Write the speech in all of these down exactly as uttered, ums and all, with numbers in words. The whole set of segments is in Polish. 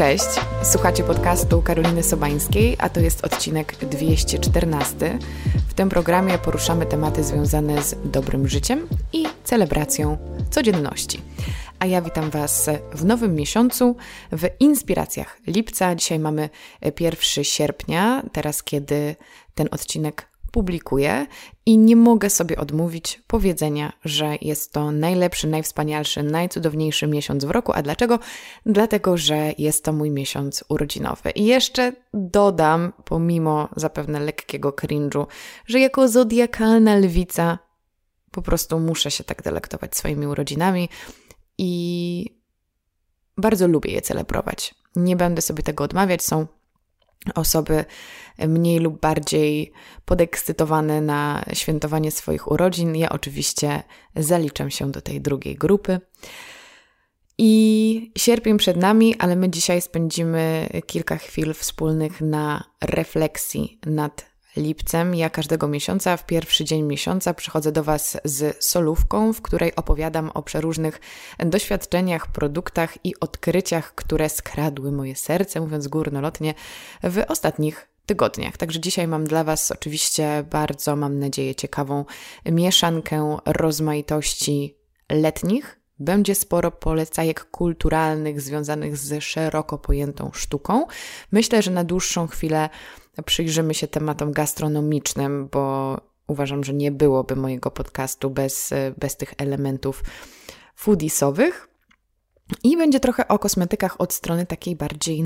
Cześć, słuchacie podcastu Karoliny Sobańskiej, a to jest odcinek dwieście czternasty. W tym programie poruszamy tematy związane z dobrym życiem i celebracją codzienności. A ja witam Was w nowym miesiącu, w inspiracjach lipca. Dzisiaj mamy pierwszego sierpnia, teraz kiedy ten odcinek publikuję i nie mogę sobie odmówić powiedzenia, że jest to najlepszy, najwspanialszy, najcudowniejszy miesiąc w roku. A dlaczego? Dlatego, że jest to mój miesiąc urodzinowy. I jeszcze dodam, pomimo zapewne lekkiego cringe'u, że jako zodiakalna lwica po prostu muszę się tak delektować swoimi urodzinami i bardzo lubię je celebrować. Nie będę sobie tego odmawiać. Są osoby mniej lub bardziej podekscytowane na świętowanie swoich urodzin. Ja oczywiście zaliczam się do tej drugiej grupy. I sierpień przed nami, ale my dzisiaj spędzimy kilka chwil wspólnych na refleksji nad lipcem. Ja każdego miesiąca, w pierwszy dzień miesiąca przychodzę do Was z solówką, w której opowiadam o przeróżnych doświadczeniach, produktach i odkryciach, które skradły moje serce, mówiąc górnolotnie, w ostatnich tygodniach. Także dzisiaj mam dla Was oczywiście bardzo, mam nadzieję, ciekawą mieszankę rozmaitości letnich. Będzie sporo polecajek kulturalnych związanych z szeroko pojętą sztuką. Myślę, że na dłuższą chwilę przyjrzymy się tematom gastronomicznym, bo uważam, że nie byłoby mojego podcastu bez, bez tych elementów foodiesowych. I będzie trochę o kosmetykach od strony takiej bardziej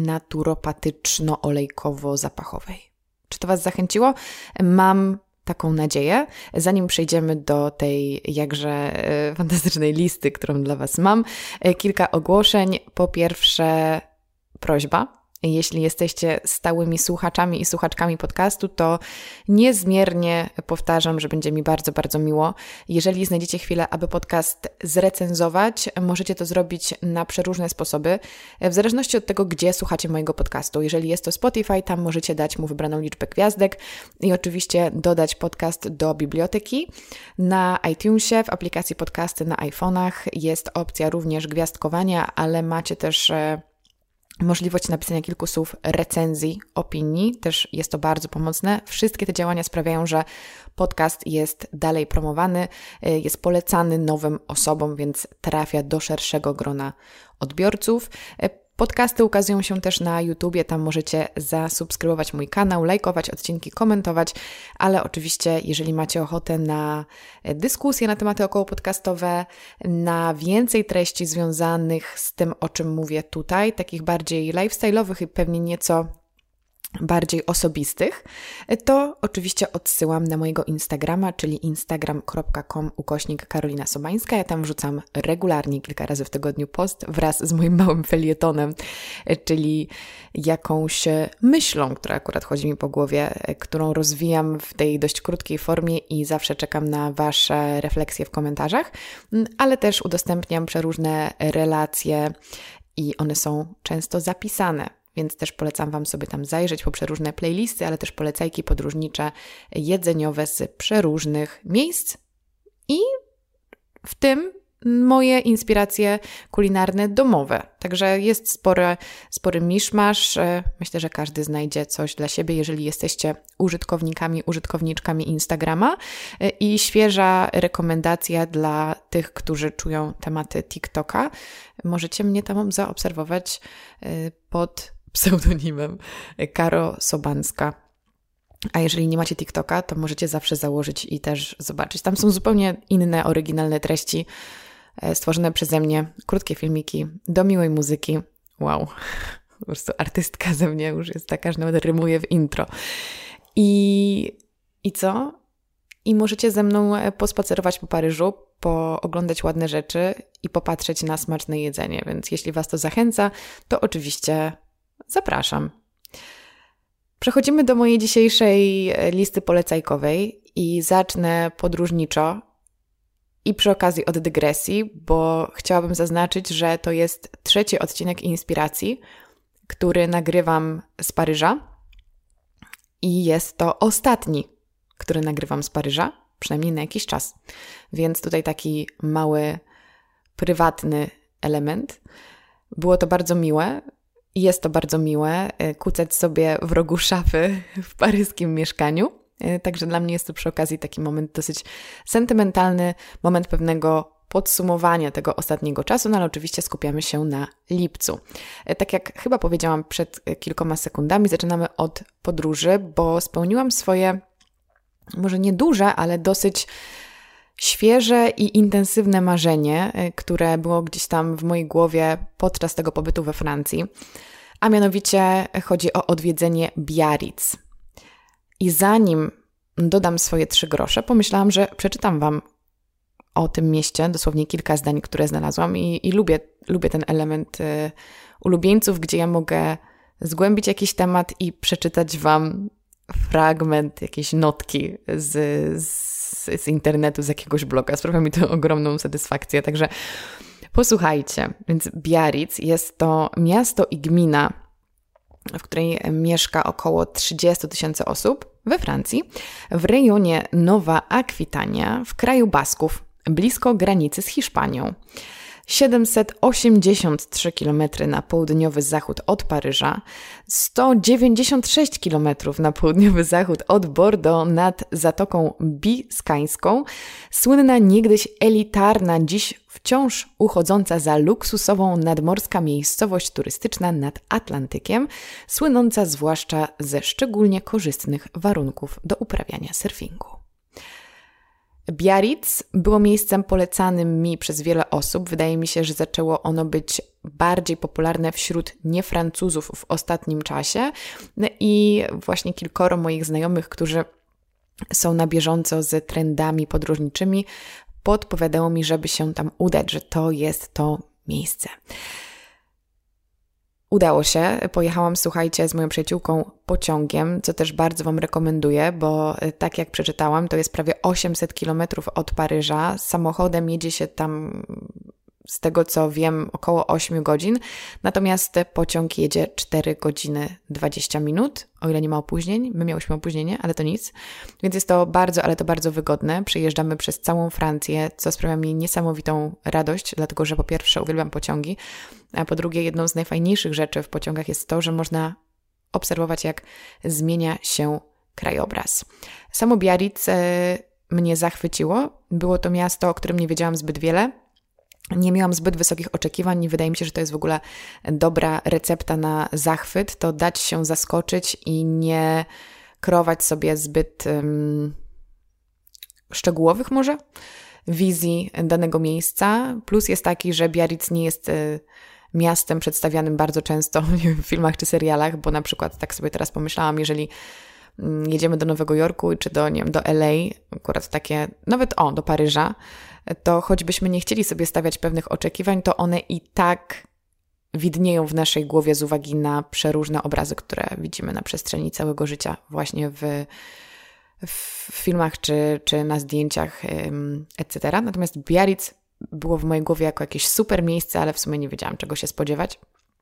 naturopatyczno-olejkowo-zapachowej. Czy to Was zachęciło? Mam taką nadzieję. Zanim przejdziemy do tej jakże fantastycznej listy, którą dla Was mam, kilka ogłoszeń. Po pierwsze, prośba. Jeśli jesteście stałymi słuchaczami i słuchaczkami podcastu, to niezmiernie powtarzam, że będzie mi bardzo, bardzo miło. Jeżeli znajdziecie chwilę, aby podcast zrecenzować, możecie to zrobić na przeróżne sposoby, w zależności od tego, gdzie słuchacie mojego podcastu. Jeżeli jest to Spotify, tam możecie dać mu wybraną liczbę gwiazdek i oczywiście dodać podcast do biblioteki. Na iTunesie, w aplikacji podcasty na iPhone'ach jest opcja również gwiazdkowania, ale macie też możliwość napisania kilku słów recenzji, opinii. Też jest to bardzo pomocne. Wszystkie te działania sprawiają, że podcast jest dalej promowany, jest polecany nowym osobom, więc trafia do szerszego grona odbiorców. Podcasty ukazują się też na YouTubie, tam możecie zasubskrybować mój kanał, lajkować odcinki, komentować, ale oczywiście jeżeli macie ochotę na dyskusje na tematy okołopodcastowe, na więcej treści związanych z tym, o czym mówię tutaj, takich bardziej lifestyle'owych i pewnie nieco bardziej osobistych, to oczywiście odsyłam na mojego Instagrama, czyli instagram kropka com ukośnik Karolina Sobańska. Ja tam wrzucam regularnie, kilka razy w tygodniu post wraz z moim małym felietonem, czyli jakąś myślą, która akurat chodzi mi po głowie, którą rozwijam w tej dość krótkiej formie i zawsze czekam na Wasze refleksje w komentarzach, ale też udostępniam przeróżne relacje i one są często zapisane. Więc też polecam Wam sobie tam zajrzeć po przeróżne playlisty, ale też polecajki podróżnicze, jedzeniowe z przeróżnych miejsc i w tym moje inspiracje kulinarne domowe. Także jest spory, spory miszmasz. Myślę, że każdy znajdzie coś dla siebie, jeżeli jesteście użytkownikami, użytkowniczkami Instagrama. I świeża rekomendacja dla tych, którzy czują tematy TikToka. Możecie mnie tam zaobserwować pod pseudonimem Karo Sobanska. A jeżeli nie macie TikToka, to możecie zawsze założyć i też zobaczyć. Tam są zupełnie inne, oryginalne treści stworzone przeze mnie, krótkie filmiki do miłej muzyki. Wow, po prostu artystka ze mnie już jest taka, że nawet rymuje w intro. I, i co? I możecie ze mną pospacerować po Paryżu, pooglądać ładne rzeczy i popatrzeć na smaczne jedzenie. Więc jeśli Was to zachęca, to oczywiście zapraszam. Przechodzimy do mojej dzisiejszej listy polecajkowej i zacznę podróżniczo i przy okazji od dygresji, bo chciałabym zaznaczyć, że to jest trzeci odcinek Inspiracji, który nagrywam z Paryża i jest to ostatni, który nagrywam z Paryża, przynajmniej na jakiś czas. Więc tutaj taki mały, prywatny element. Było to bardzo miłe Jest to bardzo miłe, kucać sobie w rogu szafy w paryskim mieszkaniu. Także dla mnie jest to przy okazji taki moment dosyć sentymentalny, moment pewnego podsumowania tego ostatniego czasu, no ale oczywiście skupiamy się na lipcu. Tak jak chyba powiedziałam przed kilkoma sekundami, zaczynamy od podróży, bo spełniłam swoje, może nie duże, ale dosyć świeże i intensywne marzenie, które było gdzieś tam w mojej głowie podczas tego pobytu we Francji, a mianowicie chodzi o odwiedzenie Biarritz. I zanim dodam swoje trzy grosze, pomyślałam, że przeczytam Wam o tym mieście, dosłownie kilka zdań, które znalazłam i, i lubię, lubię ten element y, ulubieńców, gdzie ja mogę zgłębić jakiś temat i przeczytać Wam fragment, jakieś notki z, z, z internetu, z jakiegoś bloga. Sprawia mi to ogromną satysfakcję, także posłuchajcie. Więc Biarritz jest to miasto i gmina, w której mieszka około trzydzieści tysięcy osób we Francji, w rejonie Nowa Akwitania, w kraju Basków, blisko granicy z Hiszpanią. siedemset osiemdziesiąt trzy kilometry na południowy zachód od Paryża, sto dziewięćdziesiąt sześć kilometrów na południowy zachód od Bordeaux nad Zatoką Biskańską, słynna niegdyś elitarna, dziś wciąż uchodząca za luksusową nadmorska miejscowość turystyczna nad Atlantykiem, słynąca zwłaszcza ze szczególnie korzystnych warunków do uprawiania surfingu. Biarritz było miejscem polecanym mi przez wiele osób. Wydaje mi się, że zaczęło ono być bardziej popularne wśród niefrancuzów w ostatnim czasie i właśnie kilkoro moich znajomych, którzy są na bieżąco z trendami podróżniczymi, podpowiadało mi, żeby się tam udać, że to jest to miejsce. Udało się. Pojechałam, słuchajcie, z moją przyjaciółką pociągiem, co też bardzo Wam rekomenduję, bo tak jak przeczytałam, to jest prawie osiemset kilometrów od Paryża. Samochodem jedzie się tam, z tego co wiem, około osiem godzin, natomiast pociąg jedzie cztery godziny dwadzieścia minut, o ile nie ma opóźnień. My miałyśmy opóźnienie, ale to nic. Więc jest to bardzo, ale to bardzo wygodne. Przejeżdżamy przez całą Francję, co sprawia mi niesamowitą radość, dlatego że po pierwsze uwielbiam pociągi, a po drugie jedną z najfajniejszych rzeczy w pociągach jest to, że można obserwować, jak zmienia się krajobraz. Samo Biarritz e, mnie zachwyciło. Było to miasto, o którym nie wiedziałam zbyt wiele. Nie miałam zbyt wysokich oczekiwań i wydaje mi się, że to jest w ogóle dobra recepta na zachwyt, to dać się zaskoczyć i nie kreować sobie zbyt um, szczegółowych może wizji danego miejsca. Plus jest taki, że Biarritz nie jest y, miastem przedstawianym bardzo często w filmach czy serialach, bo na przykład tak sobie teraz pomyślałam, jeżeli jedziemy do Nowego Jorku czy do, nie wiem, do L A, akurat takie, nawet o, do Paryża, to choćbyśmy nie chcieli sobie stawiać pewnych oczekiwań, to one i tak widnieją w naszej głowie z uwagi na przeróżne obrazy, które widzimy na przestrzeni całego życia właśnie w, w filmach czy, czy na zdjęciach, et cetera. Natomiast Biarritz było w mojej głowie jako jakieś super miejsce, ale w sumie nie wiedziałam, czego się spodziewać.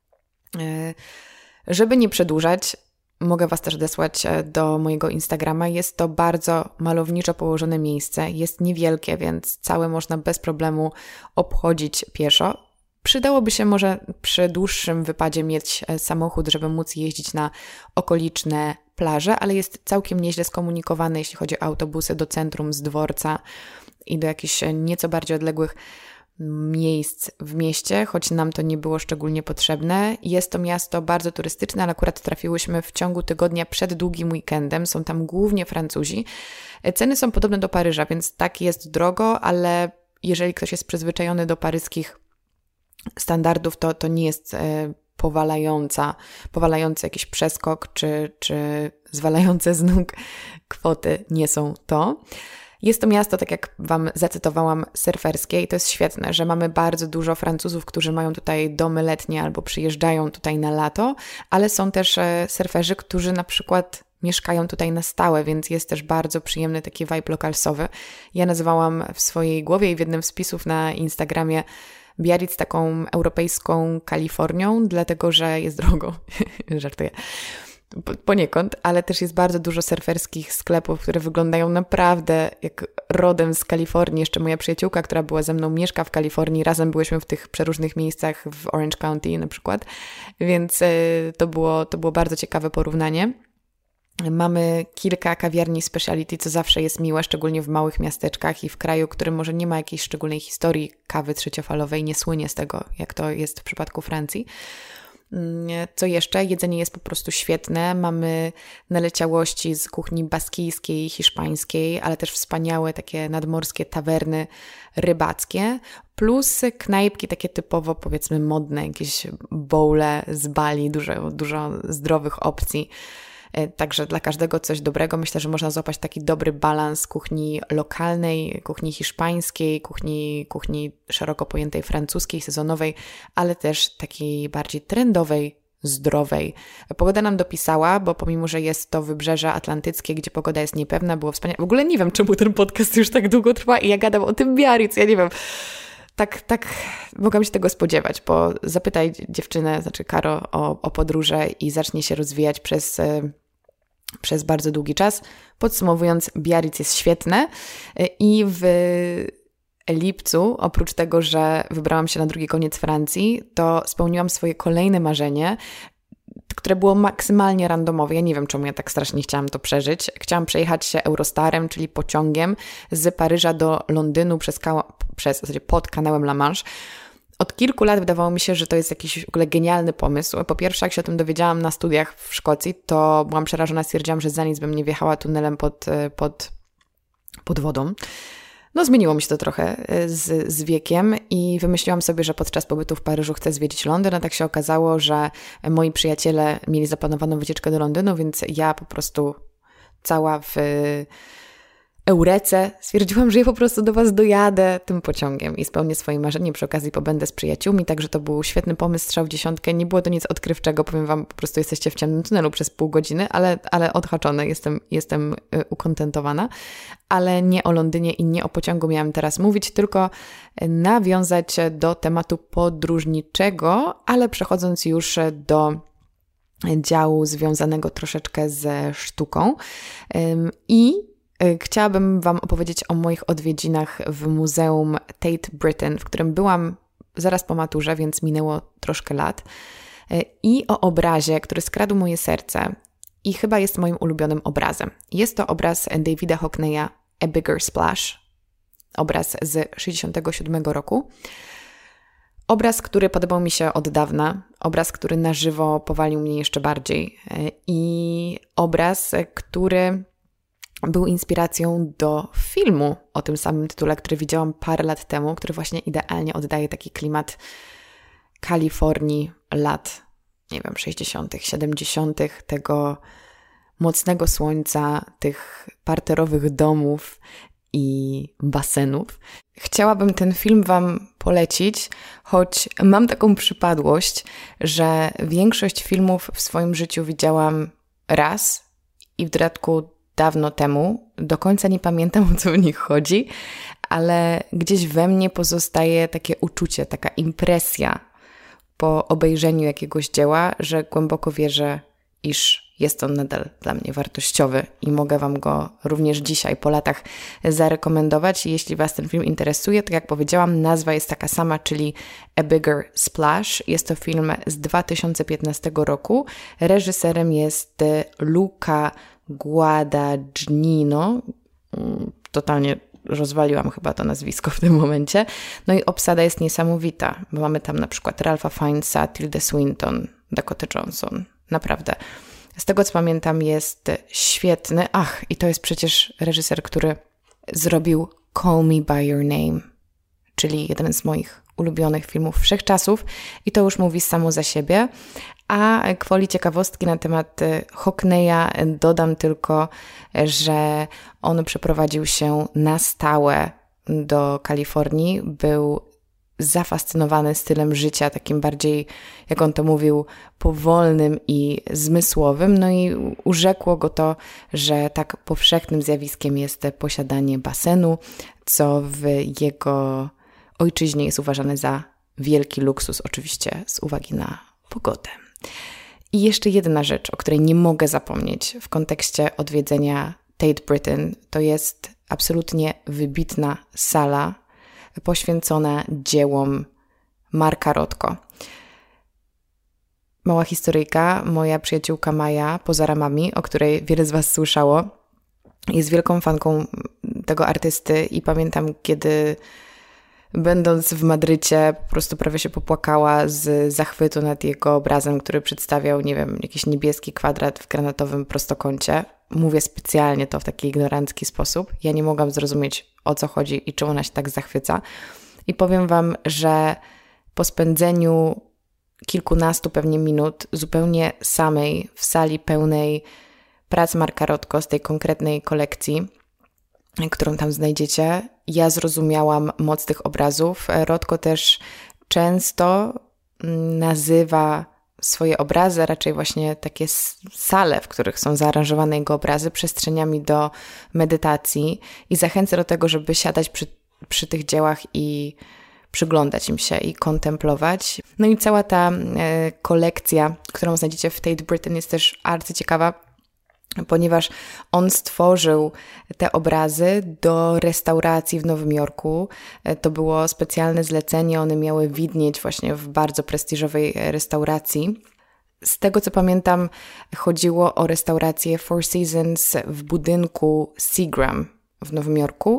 Żeby nie przedłużać, mogę Was też odesłać do mojego Instagrama. Jest to bardzo malowniczo położone miejsce. Jest niewielkie, więc całe można bez problemu obchodzić pieszo. Przydałoby się może przy dłuższym wypadzie mieć samochód, żeby móc jeździć na okoliczne plaże, ale jest całkiem nieźle skomunikowane, jeśli chodzi o autobusy do centrum z dworca i do jakichś nieco bardziej odległych miejsc w mieście, choć nam to nie było szczególnie potrzebne. Jest to miasto bardzo turystyczne, ale akurat trafiłyśmy w ciągu tygodnia przed długim weekendem. Są tam głównie Francuzi. Ceny są podobne do Paryża, więc tak jest drogo, ale jeżeli ktoś jest przyzwyczajony do paryskich standardów, to, to nie jest e, powalająca, powalający jakiś przeskok, czy, czy zwalające z nóg kwoty nie są to. Jest to miasto, tak jak Wam zacytowałam, surferskie i to jest świetne, że mamy bardzo dużo Francuzów, którzy mają tutaj domy letnie albo przyjeżdżają tutaj na lato, ale są też surferzy, którzy na przykład mieszkają tutaj na stałe, więc jest też bardzo przyjemny taki vibe lokalsowy. Ja nazywałam w swojej głowie i w jednym z wpisów na Instagramie Biarritz taką europejską Kalifornią, dlatego że jest drogo, żartuję. poniekąd, ale też jest bardzo dużo surferskich sklepów, które wyglądają naprawdę jak rodem z Kalifornii. Jeszcze moja przyjaciółka, która była ze mną, mieszka w Kalifornii. Razem byłyśmy w tych przeróżnych miejscach w Orange County na przykład, więc to było, to było bardzo ciekawe porównanie. Mamy kilka kawiarni speciality, co zawsze jest miłe, szczególnie w małych miasteczkach i w kraju, który może nie ma jakiejś szczególnej historii kawy trzeciofalowej, nie słynie z tego, jak to jest w przypadku Francji. Co jeszcze? Jedzenie jest po prostu świetne. Mamy naleciałości z kuchni baskijskiej, hiszpańskiej, ale też wspaniałe takie nadmorskie tawerny rybackie, plus knajpki takie typowo, powiedzmy, modne, jakieś bowle z Bali, dużo, dużo zdrowych opcji. Także dla każdego coś dobrego. Myślę, że można złapać taki dobry balans kuchni lokalnej, kuchni hiszpańskiej, kuchni, kuchni szeroko pojętej francuskiej, sezonowej, ale też takiej bardziej trendowej, zdrowej. Pogoda nam dopisała, bo pomimo, że jest to wybrzeże atlantyckie, gdzie pogoda jest niepewna, było wspaniale. W ogóle nie wiem, czemu ten podcast już tak długo trwa i ja gadam o tym Biarritz, ja nie wiem. Tak, tak mogłam się tego spodziewać, bo zapytaj dziewczynę, znaczy Karo, o, o podróże i zacznie się rozwijać przez, przez bardzo długi czas. Podsumowując, Biarritz jest świetne i w lipcu, oprócz tego, że wybrałam się na drugi koniec Francji, to spełniłam swoje kolejne marzenie, które było maksymalnie randomowe. Ja nie wiem, czemu ja tak strasznie chciałam to przeżyć. Chciałam przejechać się Eurostarem, czyli pociągiem z Paryża do Londynu przez, przez w zasadzie pod kanałem La Manche. Od kilku lat wydawało mi się, że to jest jakiś w ogóle genialny pomysł. Po pierwsze, jak się o tym dowiedziałam na studiach w Szkocji, to byłam przerażona, stwierdziłam, że za nic bym nie wjechała tunelem pod, pod, pod wodą. No zmieniło mi się to trochę z, z wiekiem i wymyśliłam sobie, że podczas pobytu w Paryżu chcę zwiedzić Londyn, a tak się okazało, że moi przyjaciele mieli zaplanowaną wycieczkę do Londynu, więc ja po prostu cała w Eurece stwierdziłam, że ja po prostu do Was dojadę tym pociągiem i spełnię swoje marzenie, przy okazji pobędę z przyjaciółmi, także to był świetny pomysł, strzał w dziesiątkę. Nie było to nic odkrywczego, powiem Wam, po prostu jesteście w ciemnym tunelu przez pół godziny, ale, ale odhaczone, jestem, jestem ukontentowana. Ale nie o Londynie i nie o pociągu miałam teraz mówić, tylko nawiązać do tematu podróżniczego, ale przechodząc już do działu związanego troszeczkę ze sztuką. I chciałabym Wam opowiedzieć o moich odwiedzinach w Muzeum Tate Britain, w którym byłam zaraz po maturze, więc minęło troszkę lat, i o obrazie, który skradł moje serce i chyba jest moim ulubionym obrazem. Jest to obraz Davida Hockneya A Bigger Splash, obraz z sześćdziesiątego siódmego roku. Obraz, który podobał mi się od dawna, obraz, który na żywo powalił mnie jeszcze bardziej i obraz, który był inspiracją do filmu o tym samym tytule, który widziałam parę lat temu, który właśnie idealnie oddaje taki klimat Kalifornii lat, nie wiem, sześćdziesiątych, siedemdziesiątych, tego mocnego słońca, tych parterowych domów i basenów. Chciałabym ten film Wam polecić, choć mam taką przypadłość, że większość filmów w swoim życiu widziałam raz i w dodatku dawno temu. Do końca nie pamiętam, o co w nich chodzi, ale gdzieś we mnie pozostaje takie uczucie, taka impresja po obejrzeniu jakiegoś dzieła, że głęboko wierzę, iż jest on nadal dla mnie wartościowy i mogę Wam go również dzisiaj po latach zarekomendować. Jeśli Was ten film interesuje, tak jak powiedziałam, nazwa jest taka sama, czyli A Bigger Splash. Jest to film z dwa tysiące piętnastego roku. Reżyserem jest Luca Guadagnino. Totalnie rozwaliłam chyba to nazwisko w tym momencie. No i obsada jest niesamowita, bo mamy tam na przykład Ralpha Fiennesa, Tilda Swinton, Dakota Johnson. Naprawdę. Z tego, co pamiętam, jest świetny. Ach, i to jest przecież reżyser, który zrobił Call Me By Your Name, czyli jeden z moich ulubionych filmów wszechczasów i to już mówi samo za siebie. A gwoli ciekawostki na temat Hockneya dodam tylko, że on przeprowadził się na stałe do Kalifornii, był zafascynowany stylem życia, takim bardziej, jak on to mówił, powolnym i zmysłowym. No i urzekło go to, że tak powszechnym zjawiskiem jest posiadanie basenu, co w jego ojczyźnie jest uważane za wielki luksus, oczywiście z uwagi na pogodę. I jeszcze jedna rzecz, o której nie mogę zapomnieć w kontekście odwiedzenia Tate Britain, to jest absolutnie wybitna sala poświęcona dziełom Marka Rothko. Mała historyjka, moja przyjaciółka Maja, poza ramami, o której wiele z Was słyszało, jest wielką fanką tego artysty i pamiętam, kiedy będąc w Madrycie po prostu prawie się popłakała z zachwytu nad jego obrazem, który przedstawiał, nie wiem, jakiś niebieski kwadrat w granatowym prostokącie. Mówię specjalnie to w taki ignorancki sposób. Ja nie mogłam zrozumieć, o co chodzi i czemu ona się tak zachwyca. I powiem Wam, że po spędzeniu kilkunastu pewnie minut zupełnie samej w sali pełnej prac Marka Rothko z tej konkretnej kolekcji, którą tam znajdziecie, ja zrozumiałam moc tych obrazów. Rothko też często nazywa swoje obrazy, raczej właśnie takie sale, w których są zaaranżowane jego obrazy, przestrzeniami do medytacji i zachęca do tego, żeby siadać przy, przy tych dziełach i przyglądać im się i kontemplować. No i cała ta e, kolekcja, którą znajdziecie w Tate Britain, jest też arcyciekawa, ponieważ on stworzył te obrazy do restauracji w Nowym Jorku. To było specjalne zlecenie, one miały widnieć właśnie w bardzo prestiżowej restauracji. Z tego co pamiętam, chodziło o restaurację Four Seasons w budynku Seagram w Nowym Jorku.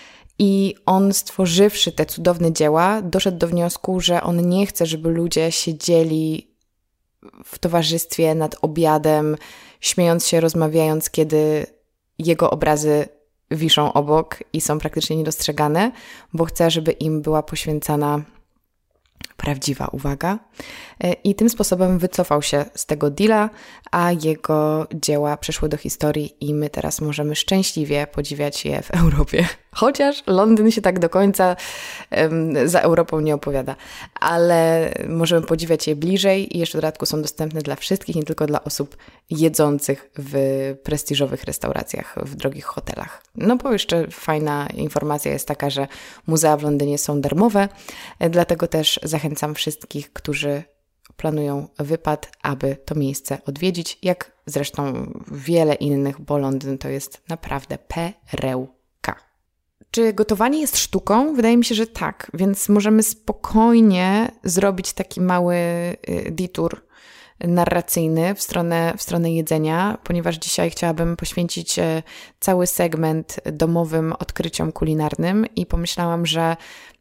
I on, stworzywszy te cudowne dzieła, doszedł do wniosku, że on nie chce, żeby ludzie siedzieli w towarzystwie nad obiadem, śmiejąc się, rozmawiając, kiedy jego obrazy wiszą obok i są praktycznie niedostrzegane, bo chce, żeby im była poświęcana prawdziwa uwaga. I tym sposobem wycofał się z tego deala, a jego dzieła przeszły do historii i my teraz możemy szczęśliwie podziwiać je w Europie. Chociaż Londyn się tak do końca um, za Europą nie opowiada, ale możemy podziwiać je bliżej i jeszcze w dodatku są dostępne dla wszystkich, nie tylko dla osób jedzących w prestiżowych restauracjach, w drogich hotelach. No bo jeszcze fajna informacja jest taka, że muzea w Londynie są darmowe, dlatego też zachęcam wszystkich, którzy planują wypad, aby to miejsce odwiedzić, jak zresztą wiele innych, bo Londyn to jest naprawdę perełka. Czy gotowanie jest sztuką? Wydaje mi się, że tak, więc możemy spokojnie zrobić taki mały detour narracyjny w stronę, w stronę jedzenia, ponieważ dzisiaj chciałabym poświęcić cały segment domowym odkryciom kulinarnym i pomyślałam, że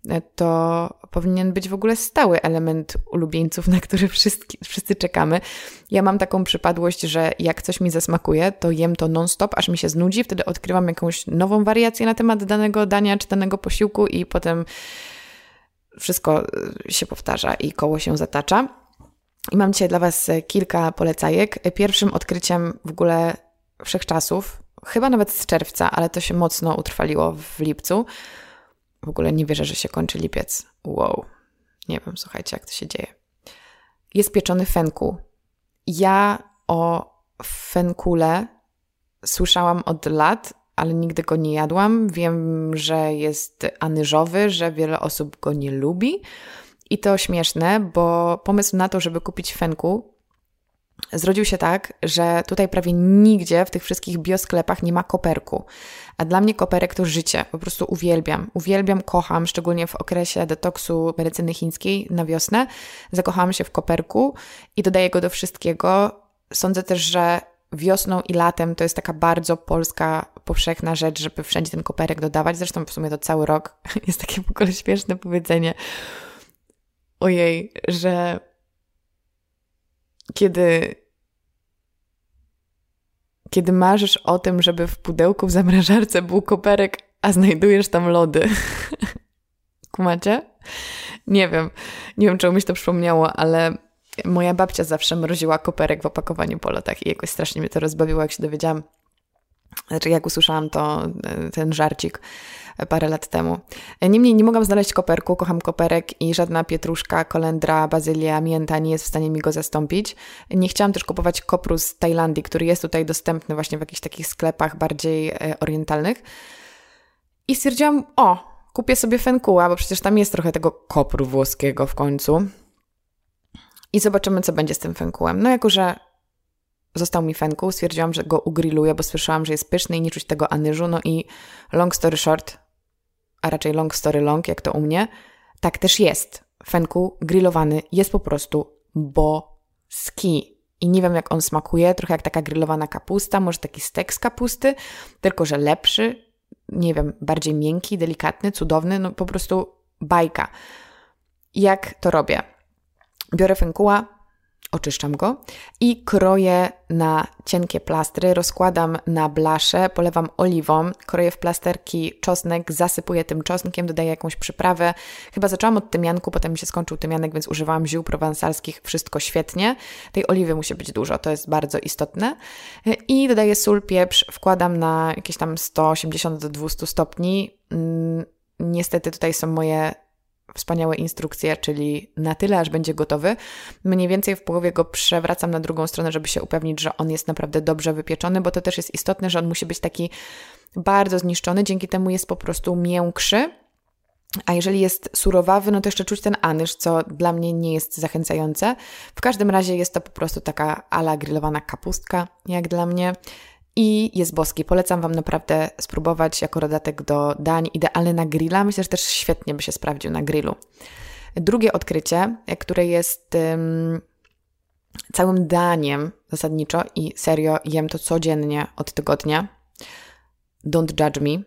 to powinien być w ogóle stały element ulubieńców, na który wszyscy, wszyscy czekamy. Ja mam taką przypadłość, że jak coś mi zasmakuje, to jem to non-stop, aż mi się znudzi, wtedy odkrywam jakąś nową wariację na temat danego dania czy danego posiłku i potem wszystko się powtarza i koło się zatacza. I mam dzisiaj dla Was kilka polecajek. Pierwszym odkryciem w ogóle wszechczasów, chyba nawet z czerwca, ale to się mocno utrwaliło w lipcu. W ogóle nie wierzę, że się kończy lipiec. Wow. Nie wiem, słuchajcie, jak to się dzieje. Jest pieczony fenku. Ja o fenkule słyszałam od lat, ale nigdy go nie jadłam. Wiem, że jest anyżowy, że wiele osób go nie lubi. I to śmieszne, bo pomysł na to, żeby kupić fenku, zrodził się tak, że tutaj prawie nigdzie w tych wszystkich biosklepach nie ma koperku. A dla mnie koperek to życie. Po prostu uwielbiam. Uwielbiam, kocham, szczególnie w okresie detoksu medycyny chińskiej na wiosnę. Zakochałam się w koperku i dodaję go do wszystkiego. Sądzę też, że wiosną i latem to jest taka bardzo polska, powszechna rzecz, żeby wszędzie ten koperek dodawać. Zresztą w sumie to cały rok. Jest takie w ogóle śmieszne powiedzenie. Ojej, że kiedy, kiedy marzysz o tym, żeby w pudełku w zamrażarce był koperek, a znajdujesz tam lody. Kumacie? Nie wiem. Nie wiem, czemu mi się to przypomniało, ale moja babcia zawsze mroziła koperek w opakowaniu po lodach i jakoś strasznie mnie to rozbawiło, jak się dowiedziałam. Znaczy, jak usłyszałam to, ten żarcik parę lat temu. Niemniej nie mogłam znaleźć koperku, kocham koperek i żadna pietruszka, kolendra, bazylia, mięta nie jest w stanie mi go zastąpić. Nie chciałam też kupować kopru z Tajlandii, który jest tutaj dostępny właśnie w jakichś takich sklepach bardziej orientalnych. I stwierdziłam, o, kupię sobie fenkuła, bo przecież tam jest trochę tego kopru włoskiego w końcu. i zobaczymy, co będzie z tym fenkułem. No jako, że został mi fenkuł, stwierdziłam, że go ugrilluję, bo słyszałam, że jest pyszny i nie czuć tego anyżu. No i long story short, a raczej long story long, jak to u mnie, tak też jest. Fenkuł grillowany jest po prostu boski. I nie wiem, jak on smakuje, trochę jak taka grillowana kapusta, może taki stek z kapusty, tylko że lepszy, nie wiem, bardziej miękki, delikatny, cudowny, no po prostu bajka. Jak to robię? Biorę fenkuła, oczyszczam go i kroję na cienkie plastry, rozkładam na blaszę, polewam oliwą, kroję w plasterki czosnek, zasypuję tym czosnkiem, dodaję jakąś przyprawę. Chyba zaczęłam od tymianku, potem mi się skończył tymianek, więc używałam ziół prowansalskich, wszystko świetnie. Tej oliwy musi być dużo, to jest bardzo istotne. I dodaję sól, pieprz, wkładam na jakieś tam sto osiemdziesiąt do dwustu stopni. Niestety tutaj są moje wspaniałe instrukcje, czyli na tyle, aż będzie gotowy. Mniej więcej w połowie go przewracam na drugą stronę, żeby się upewnić, że on jest naprawdę dobrze wypieczony, bo to też jest istotne, że on musi być taki bardzo zniszczony, dzięki temu jest po prostu miększy, a jeżeli jest surowawy, no to jeszcze czuć ten anyż, co dla mnie nie jest zachęcające. W każdym razie jest to po prostu taka ala grillowana kapustka, jak dla mnie. I jest boski. Polecam Wam naprawdę spróbować jako dodatek do dań. Idealny na grilla. Myślę, że też świetnie by się sprawdził na grillu. Drugie odkrycie, które jest um, całym daniem zasadniczo i serio jem to codziennie od tygodnia. Don't judge me.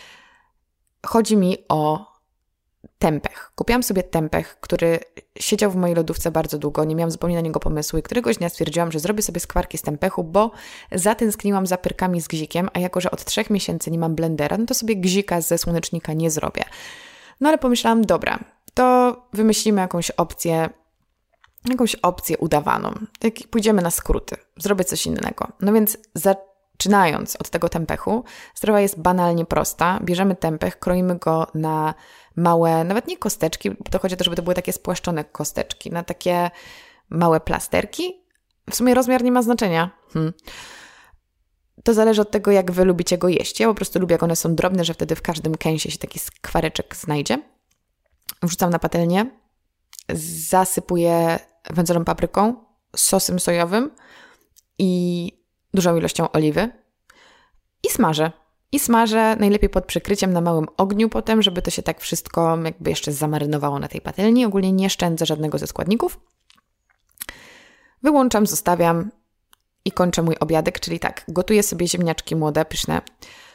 Chodzi mi o tempeh. Kupiłam sobie tempeh, który siedział w mojej lodówce bardzo długo, nie miałam zupełnie na niego pomysłu i któregoś dnia stwierdziłam, że zrobię sobie skwarki z tempehu, bo zatęskniłam za pyrkami z gzikiem, a jako, że od trzech miesięcy nie mam blendera, no to sobie gzika ze słonecznika nie zrobię. No ale pomyślałam, dobra, to wymyślimy jakąś opcję, jakąś opcję udawaną. Tak, pójdziemy na skróty, zrobię coś innego. No więc zaczynając od tego tempehu, sprawa jest banalnie prosta. Bierzemy tempeh, kroimy go na małe, nawet nie kosteczki, bo to chodzi o to, żeby to były takie spłaszczone kosteczki, na takie małe plasterki. W sumie rozmiar nie ma znaczenia. Hmm. To zależy od tego, jak Wy lubicie go jeść. Ja po prostu lubię, jak one są drobne, że wtedy w każdym kęsie się taki skwareczek znajdzie. Wrzucam na patelnię, zasypuję wędzoną papryką, sosem sojowym i dużą ilością oliwy i smażę. I smażę najlepiej pod przykryciem na małym ogniu potem, żeby to się tak wszystko jakby jeszcze zamarynowało na tej patelni. Ogólnie nie szczędzę żadnego ze składników. Wyłączam, zostawiam i kończę mój obiadek, czyli tak, gotuję sobie ziemniaczki młode, pyszne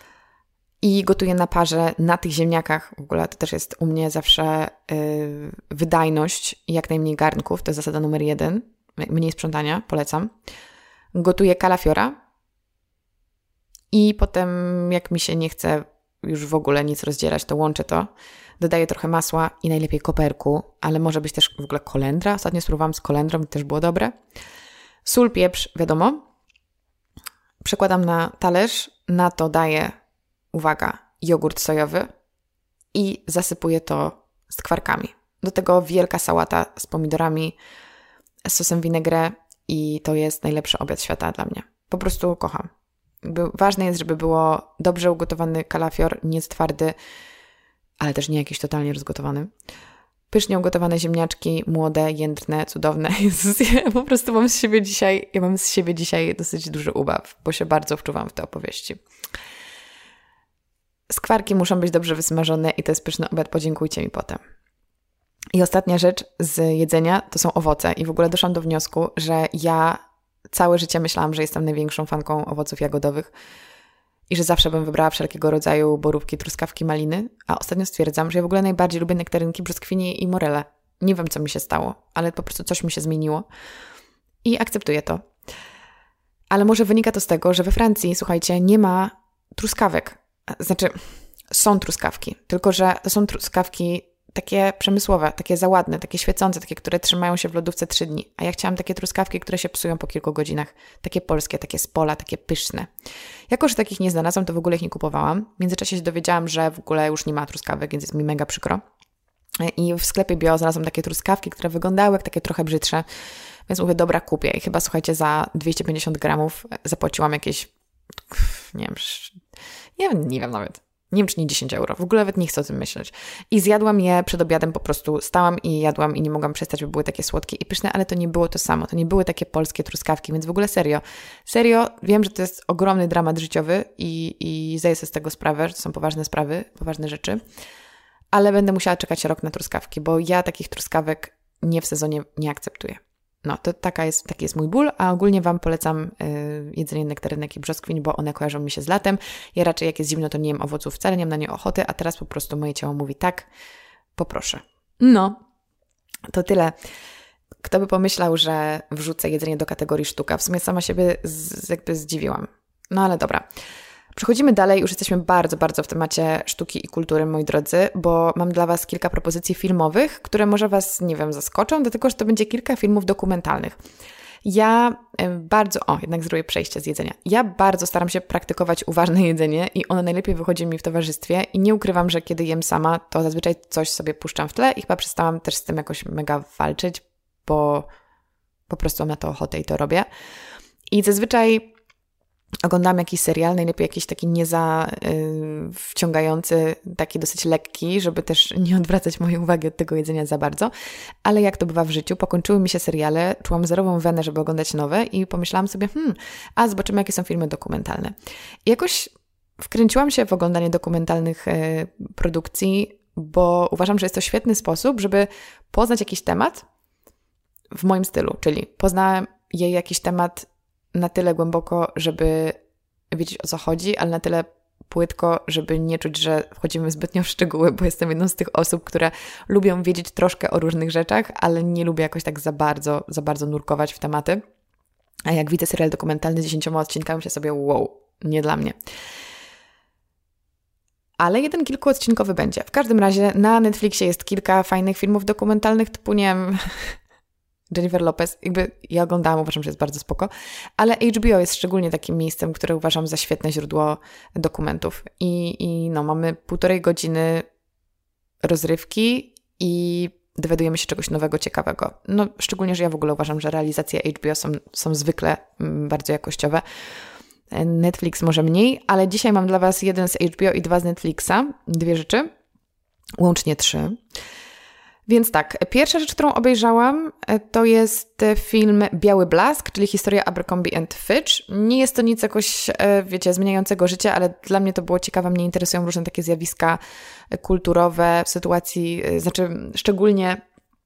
i gotuję na parze na tych ziemniakach. W ogóle to też jest u mnie zawsze yy, wydajność i jak najmniej garnków, to jest zasada numer jeden. Mniej sprzątania, polecam. Gotuję kalafiora. I potem, jak mi się nie chce już w ogóle nic rozdzierać, to łączę to. Dodaję trochę masła i najlepiej koperku, ale może być też w ogóle kolendra. Ostatnio spróbowałam z kolendrą i też było dobre. Sól, pieprz, wiadomo. Przekładam na talerz, na to daję, uwaga, jogurt sojowy i zasypuję to skwarkami. Do tego wielka sałata z pomidorami, z sosem vinaigrette i to jest najlepszy obiad świata dla mnie. Po prostu kocham. Ważne jest, żeby było dobrze ugotowany kalafior, nie jest twardy, ale też nie jakiś totalnie rozgotowany. Pysznie ugotowane ziemniaczki, młode, jędrne, cudowne. Jezus, ja po prostu mam z siebie dzisiaj, ja mam z siebie dzisiaj dosyć duży ubaw, bo się bardzo wczuwam w te opowieści. Skwarki muszą być dobrze wysmażone i to jest pyszny obiad, podziękujcie mi potem. I ostatnia rzecz z jedzenia to są owoce i w ogóle doszłam do wniosku, że ja całe życie myślałam, że jestem największą fanką owoców jagodowych i że zawsze bym wybrała wszelkiego rodzaju borówki, truskawki, maliny, a ostatnio stwierdzam, że ja w ogóle najbardziej lubię nektarynki, brzoskwinie i morele. Nie wiem, co mi się stało, ale po prostu coś mi się zmieniło i akceptuję to. Ale może wynika to z tego, że we Francji, słuchajcie, nie ma truskawek. Znaczy, są truskawki, tylko że to są truskawki takie przemysłowe, takie za ładne, takie świecące, takie, które trzymają się w lodówce trzy dni. A ja chciałam takie truskawki, które się psują po kilku godzinach. Takie polskie, takie z pola, takie pyszne. Jako że takich nie znalazłam, to w ogóle ich nie kupowałam. W międzyczasie się dowiedziałam, że w ogóle już nie ma truskawek, więc jest mi mega przykro. I w sklepie bio znalazłam takie truskawki, które wyglądały jak takie trochę brzydsze. Więc mówię, dobra, kupię. I chyba, słuchajcie, za dwieście pięćdziesiąt gramów zapłaciłam jakieś, nie wiem, nie wiem, nie wiem nawet. Nie wiem, czy nie dziesięć euro. W ogóle nawet nie chcę o tym myśleć. I zjadłam je przed obiadem, po prostu stałam i jadłam i nie mogłam przestać, bo były takie słodkie i pyszne, ale to nie było to samo. To nie były takie polskie truskawki, więc w ogóle serio. Serio, wiem, że to jest ogromny dramat życiowy i, i zdaję sobie z tego sprawę, że to są poważne sprawy, poważne rzeczy, ale będę musiała czekać rok na truskawki, bo ja takich truskawek nie w sezonie nie akceptuję. No, to taka jest, taki jest mój ból, a ogólnie Wam polecam y, jedzenie nektarynek i brzoskwiń, bo one kojarzą mi się z latem. Ja raczej jak jest zimno, to nie jem owoców wcale, nie mam na nie ochoty, a teraz po prostu moje ciało mówi tak, poproszę. No, to tyle. Kto by pomyślał, że wrzucę jedzenie do kategorii sztuka? W sumie sama siebie z, jakby zdziwiłam. No ale dobra. Przechodzimy dalej, już jesteśmy bardzo, bardzo w temacie sztuki i kultury, moi drodzy, bo mam dla Was kilka propozycji filmowych, które może Was, nie wiem, zaskoczą, dlatego że to będzie kilka filmów dokumentalnych. Ja bardzo, o, jednak zrobię przejście z jedzenia. Ja bardzo staram się praktykować uważne jedzenie i ono najlepiej wychodzi mi w towarzystwie i nie ukrywam, że kiedy jem sama, to zazwyczaj coś sobie puszczam w tle i chyba przestałam też z tym jakoś mega walczyć, bo po prostu mam na to ochotę i to robię. I zazwyczaj oglądam jakiś serial, najlepiej jakiś taki nieza yy, wciągający, taki dosyć lekki, żeby też nie odwracać mojej uwagi od tego jedzenia za bardzo, ale jak to bywa w życiu, pokończyły mi się seriale, czułam zerową wenę, żeby oglądać nowe i pomyślałam sobie, hmm, a zobaczymy, jakie są filmy dokumentalne. I jakoś wkręciłam się w oglądanie dokumentalnych yy, produkcji, bo uważam, że jest to świetny sposób, żeby poznać jakiś temat w moim stylu, czyli poznałem jej jakiś temat na tyle głęboko, żeby wiedzieć, o co chodzi, ale na tyle płytko, żeby nie czuć, że wchodzimy zbytnio w szczegóły, bo jestem jedną z tych osób, które lubią wiedzieć troszkę o różnych rzeczach, ale nie lubię jakoś tak za bardzo, za bardzo nurkować w tematy. A jak widzę serial dokumentalny z dziesięcioma odcinkami, się sobie wow, nie dla mnie. Ale jeden kilkuodcinkowy będzie. W każdym razie na Netflixie jest kilka fajnych filmów dokumentalnych, typu, nie wiem, Jennifer Lopez, jakby ja oglądałam, uważam, że jest bardzo spoko, ale H B O jest szczególnie takim miejscem, które uważam za świetne źródło dokumentów. I, i no, mamy półtorej godziny rozrywki i dowiadujemy się czegoś nowego, ciekawego. No, szczególnie, że ja w ogóle uważam, że realizacje H B O są, są zwykle bardzo jakościowe. Netflix może mniej, ale dzisiaj mam dla Was jeden z H B O i dwa z Netflixa, dwie rzeczy, łącznie trzy. Więc tak, pierwsza rzecz, którą obejrzałam, to jest film Biały Blask, czyli historia Abercrombie and Fitch. Nie jest to nic jakoś, wiecie, zmieniającego życie, ale dla mnie to było ciekawe. Mnie interesują różne takie zjawiska kulturowe w sytuacji, znaczy szczególnie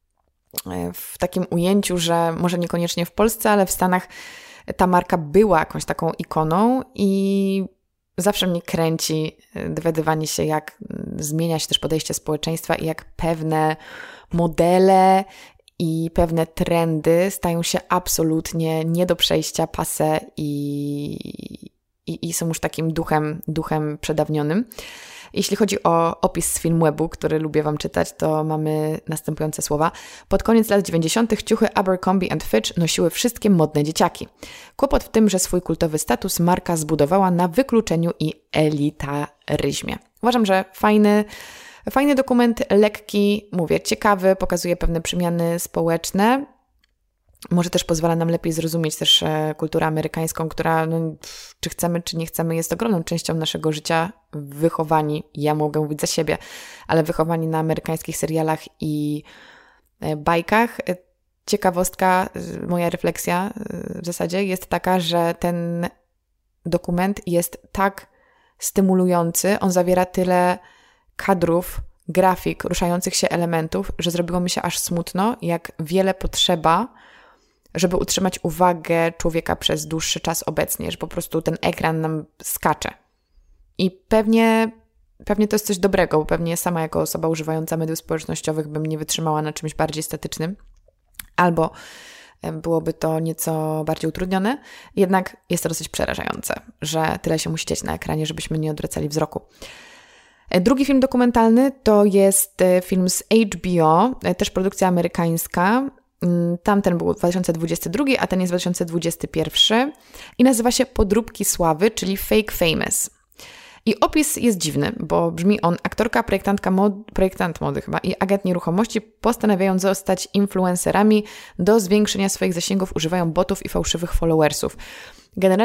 w takim ujęciu, że może niekoniecznie w Polsce, ale w Stanach ta marka była jakąś taką ikoną i zawsze mnie kręci dowiadywanie się, jak zmienia się też podejście społeczeństwa i jak pewne modele i pewne trendy stają się absolutnie nie do przejścia, passé i, i, i są już takim duchem, duchem przedawnionym. Jeśli chodzi o opis z Filmwebu, który lubię Wam czytać, to mamy następujące słowa. Pod koniec lat dziewięćdziesiątych ciuchy Abercrombie and Fitch nosiły wszystkie modne dzieciaki. Kłopot w tym, że swój kultowy status marka zbudowała na wykluczeniu i elitaryzmie. Uważam, że fajny, fajny dokument, lekki, mówię, ciekawy, pokazuje pewne przemiany społeczne. Może też pozwala nam lepiej zrozumieć też kulturę amerykańską, która, no, czy chcemy, czy nie chcemy, jest ogromną częścią naszego życia. Wychowani, ja mogę mówić za siebie, ale wychowani na amerykańskich serialach i bajkach. Ciekawostka, moja refleksja w zasadzie jest taka, że ten dokument jest tak stymulujący, on zawiera tyle kadrów, grafik, ruszających się elementów, że zrobiło mi się aż smutno, jak wiele potrzeba, żeby utrzymać uwagę człowieka przez dłuższy czas obecnie, że po prostu ten ekran nam skacze. I pewnie, pewnie to jest coś dobrego, bo pewnie sama jako osoba używająca mediów społecznościowych bym nie wytrzymała na czymś bardziej statycznym, albo byłoby to nieco bardziej utrudnione. Jednak jest to dosyć przerażające, że tyle się musi dziać na ekranie, żebyśmy nie odwracali wzroku. Drugi film dokumentalny to jest film z H B O, też produkcja amerykańska. Tamten był dwa tysiące dwudziesty drugi, a ten jest dwa tysiące dwudziesty pierwszy i nazywa się Podróbki sławy, czyli Fake Famous. I opis jest dziwny, bo brzmi on: aktorka, projektantka mod, projektant mody chyba i agent nieruchomości postanawiają zostać influencerami. Do zwiększenia swoich zasięgów używają botów i fałszywych followersów. Generalnie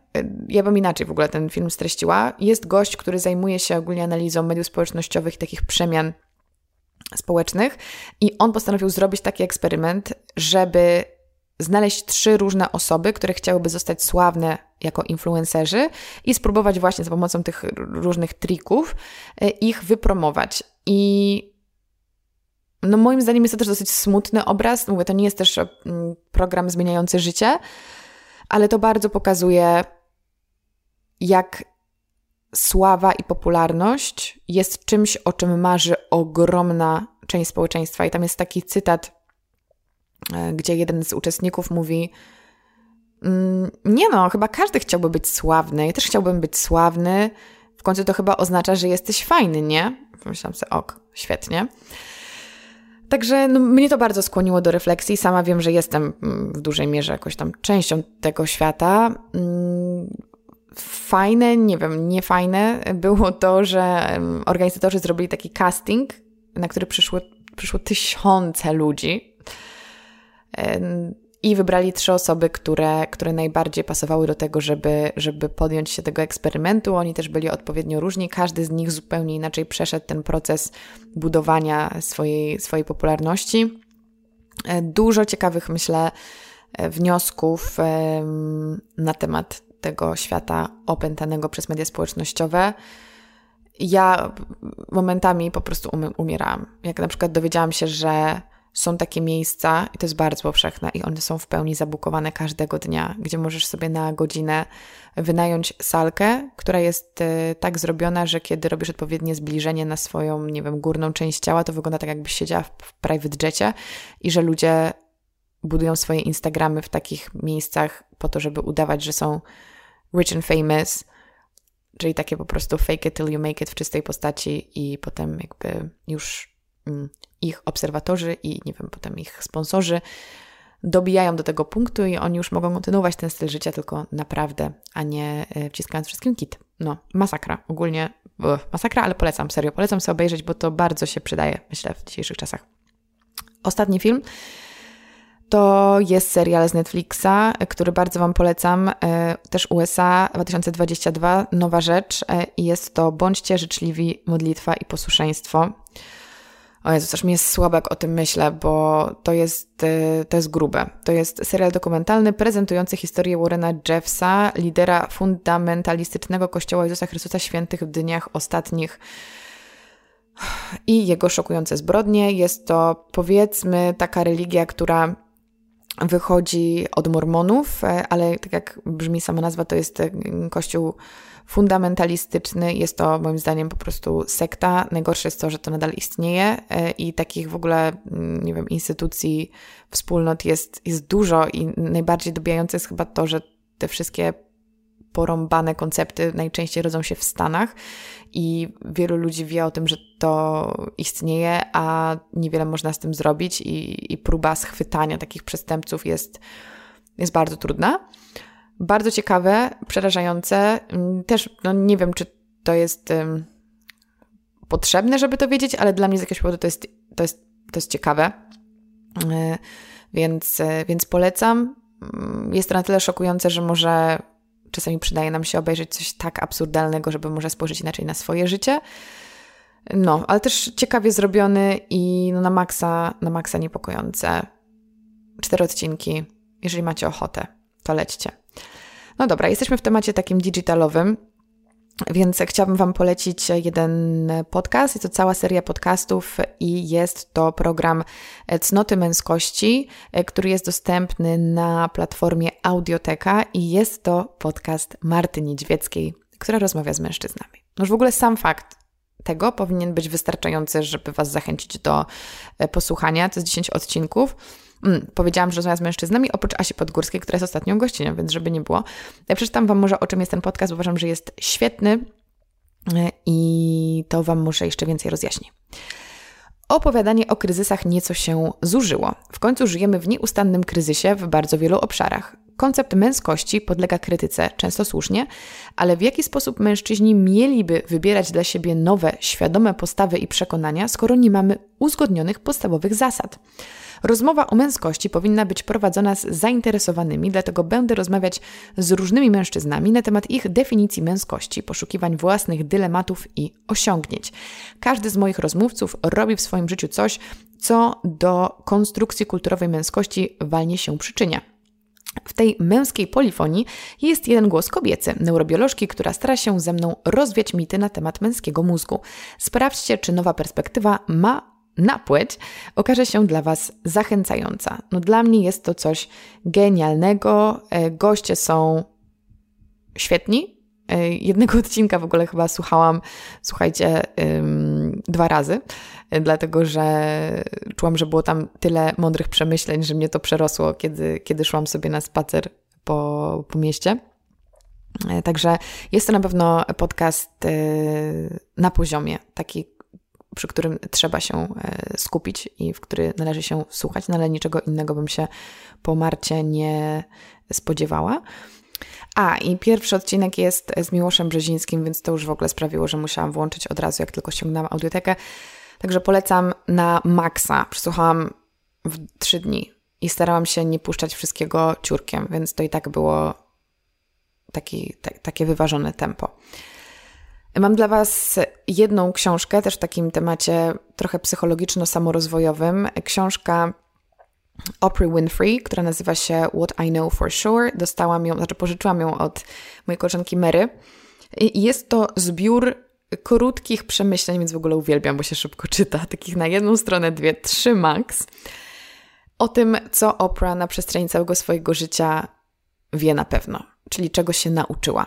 ja bym inaczej w ogóle ten film streściła. Jest gość, który zajmuje się ogólnie analizą mediów społecznościowych i takich przemian społecznych i on postanowił zrobić taki eksperyment, żeby znaleźć trzy różne osoby, które chciałyby zostać sławne jako influencerzy i spróbować właśnie za pomocą tych różnych trików ich wypromować. I no moim zdaniem jest to też dosyć smutny obraz. Mówię, to nie jest też program zmieniający życie, ale to bardzo pokazuje, jak sława i popularność jest czymś, o czym marzy ogromna część społeczeństwa. I tam jest taki cytat, gdzie jeden z uczestników mówi: nie no, chyba każdy chciałby być sławny. Ja też chciałbym być sławny. W końcu to chyba oznacza, że jesteś fajny, nie? Myślałam sobie, ok, świetnie. Także no, mnie to bardzo skłoniło do refleksji. Sama wiem, że jestem w dużej mierze jakoś tam częścią tego świata. Fajne, nie wiem, niefajne było to, że organizatorzy zrobili taki casting, na który przyszły, przyszło tysiące ludzi i wybrali trzy osoby, które, które najbardziej pasowały do tego, żeby, żeby podjąć się tego eksperymentu. Oni też byli odpowiednio różni. Każdy z nich zupełnie inaczej przeszedł ten proces budowania swojej, swojej popularności. Dużo ciekawych, myślę, wniosków na temat tego świata opętanego przez media społecznościowe. Ja momentami po prostu umierałam. Jak na przykład dowiedziałam się, że są takie miejsca, i to jest bardzo powszechne, i one są w pełni zabukowane każdego dnia, gdzie możesz sobie na godzinę wynająć salkę, która jest y, tak zrobiona, że kiedy robisz odpowiednie zbliżenie na swoją, nie wiem, górną część ciała, to wygląda tak, jakbyś siedziała w, w private jetie i że ludzie budują swoje Instagramy w takich miejscach po to, żeby udawać, że są rich and famous, czyli takie po prostu fake it till you make it w czystej postaci i potem jakby już mm, ich obserwatorzy i nie wiem, potem ich sponsorzy dobijają do tego punktu i oni już mogą kontynuować ten styl życia tylko naprawdę, a nie wciskając wszystkim kit. No, masakra. Ogólnie uch, masakra, ale polecam, serio. Polecam sobie obejrzeć, bo to bardzo się przydaje, myślę, w dzisiejszych czasach. Ostatni film to jest serial z Netflixa, który bardzo Wam polecam. Też U S A dwa tysiące dwudziesty drugi, nowa rzecz i jest to Bądźcie życzliwi, modlitwa i posłuszeństwo. O Jezus, aż mi jest słabo, jak o tym myślę, bo to jest, to jest grube. To jest serial dokumentalny prezentujący historię Warrena Jeffsa, lidera fundamentalistycznego Kościoła Jezusa Chrystusa Świętych w dniach ostatnich i jego szokujące zbrodnie. Jest to, powiedzmy, taka religia, która wychodzi od mormonów, ale tak jak brzmi sama nazwa, to jest kościół fundamentalistyczny. Jest to moim zdaniem po prostu sekta. Najgorsze jest to, że to nadal istnieje i takich w ogóle, nie wiem, instytucji, wspólnot jest, jest dużo i najbardziej dobijające jest chyba to, że te wszystkie porąbane koncepty najczęściej rodzą się w Stanach i wielu ludzi wie o tym, że to istnieje, a niewiele można z tym zrobić i, i próba schwytania takich przestępców jest, jest bardzo trudna. Bardzo ciekawe, przerażające. Też no nie wiem, czy to jest um, potrzebne, żeby to wiedzieć, ale dla mnie z jakiegoś powodu to jest, to jest, to jest ciekawe. Yy, więc, yy, więc polecam. Yy, jest to na tyle szokujące, że może czasami przydaje nam się obejrzeć coś tak absurdalnego, żeby może spojrzeć inaczej na swoje życie. No, ale też ciekawie zrobiony i no, na maksa, na maksa niepokojące. Cztery odcinki. Jeżeli macie ochotę, to lećcie. No dobra, jesteśmy w temacie takim digitalowym, więc chciałabym Wam polecić jeden podcast. Jest to cała seria podcastów i jest to program Cnoty Męskości, który jest dostępny na platformie Audioteka i jest to podcast Marty Niedźwieckiej, która rozmawia z mężczyznami. No już w ogóle sam fakt tego powinien być wystarczający, żeby Was zachęcić do posłuchania. To jest dziesięć odcinków. Hmm, powiedziałam, że rozmawiam z mężczyznami, oprócz Asi Podgórskiej, która jest ostatnią gościnią, więc żeby nie było. Ja przeczytam Wam może, o czym jest ten podcast, bo uważam, że jest świetny i to Wam może jeszcze więcej rozjaśni. Opowiadanie o kryzysach nieco się zużyło. W końcu żyjemy w nieustannym kryzysie w bardzo wielu obszarach. Koncept męskości podlega krytyce, często słusznie, ale w jaki sposób mężczyźni mieliby wybierać dla siebie nowe, świadome postawy i przekonania, skoro nie mamy uzgodnionych podstawowych zasad? Rozmowa o męskości powinna być prowadzona z zainteresowanymi, dlatego będę rozmawiać z różnymi mężczyznami na temat ich definicji męskości, poszukiwań własnych dylematów i osiągnięć. Każdy z moich rozmówców robi w swoim życiu coś, co do konstrukcji kulturowej męskości walnie się przyczynia. W tej męskiej polifonii jest jeden głos kobiecy, neurobiolożki, która stara się ze mną rozwiać mity na temat męskiego mózgu. Sprawdźcie, czy nowa perspektywa ma na płeć okaże się dla Was zachęcająca. No dla mnie jest to coś genialnego. Goście są świetni. Jednego odcinka w ogóle chyba słuchałam, słuchajcie, ym, dwa razy, dlatego że czułam, że było tam tyle mądrych przemyśleń, że mnie to przerosło, kiedy, kiedy szłam sobie na spacer po, po mieście. Także jest to na pewno podcast yy, na poziomie, taki, przy którym trzeba się skupić i w który należy się słuchać, no ale niczego innego bym się po Marcie nie spodziewała. A, i pierwszy odcinek jest z Miłoszem Brzezińskim, więc to już w ogóle sprawiło, że musiałam włączyć od razu, jak tylko ściągnęłam audiotekę. Także polecam na maksa. Przesłuchałam w trzy dni i starałam się nie puszczać wszystkiego ciurkiem, więc to i tak było taki, t- takie wyważone tempo. Mam dla Was jedną książkę, też w takim temacie trochę psychologiczno-samorozwojowym. Książka Oprah Winfrey, która nazywa się What I Know For Sure. Dostałam ją, znaczy pożyczyłam ją od mojej koleżanki Mary. I jest to zbiór krótkich przemyśleń, więc w ogóle uwielbiam, bo się szybko czyta. Takich na jedną stronę, dwie, trzy max. O tym, co Oprah na przestrzeni całego swojego życia wie na pewno, czyli czego się nauczyła.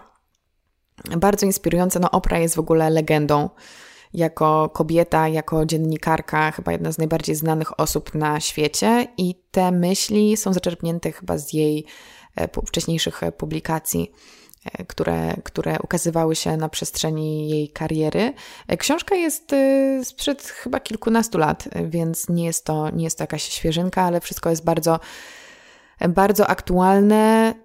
Bardzo inspirujące. No Oprah jest w ogóle legendą. Jako kobieta, jako dziennikarka, chyba jedna z najbardziej znanych osób na świecie i te myśli są zaczerpnięte chyba z jej wcześniejszych publikacji, które, które ukazywały się na przestrzeni jej kariery. Książka jest sprzed chyba kilkunastu lat, więc nie jest to, nie jest to jakaś świeżynka, ale wszystko jest bardzo, bardzo aktualne.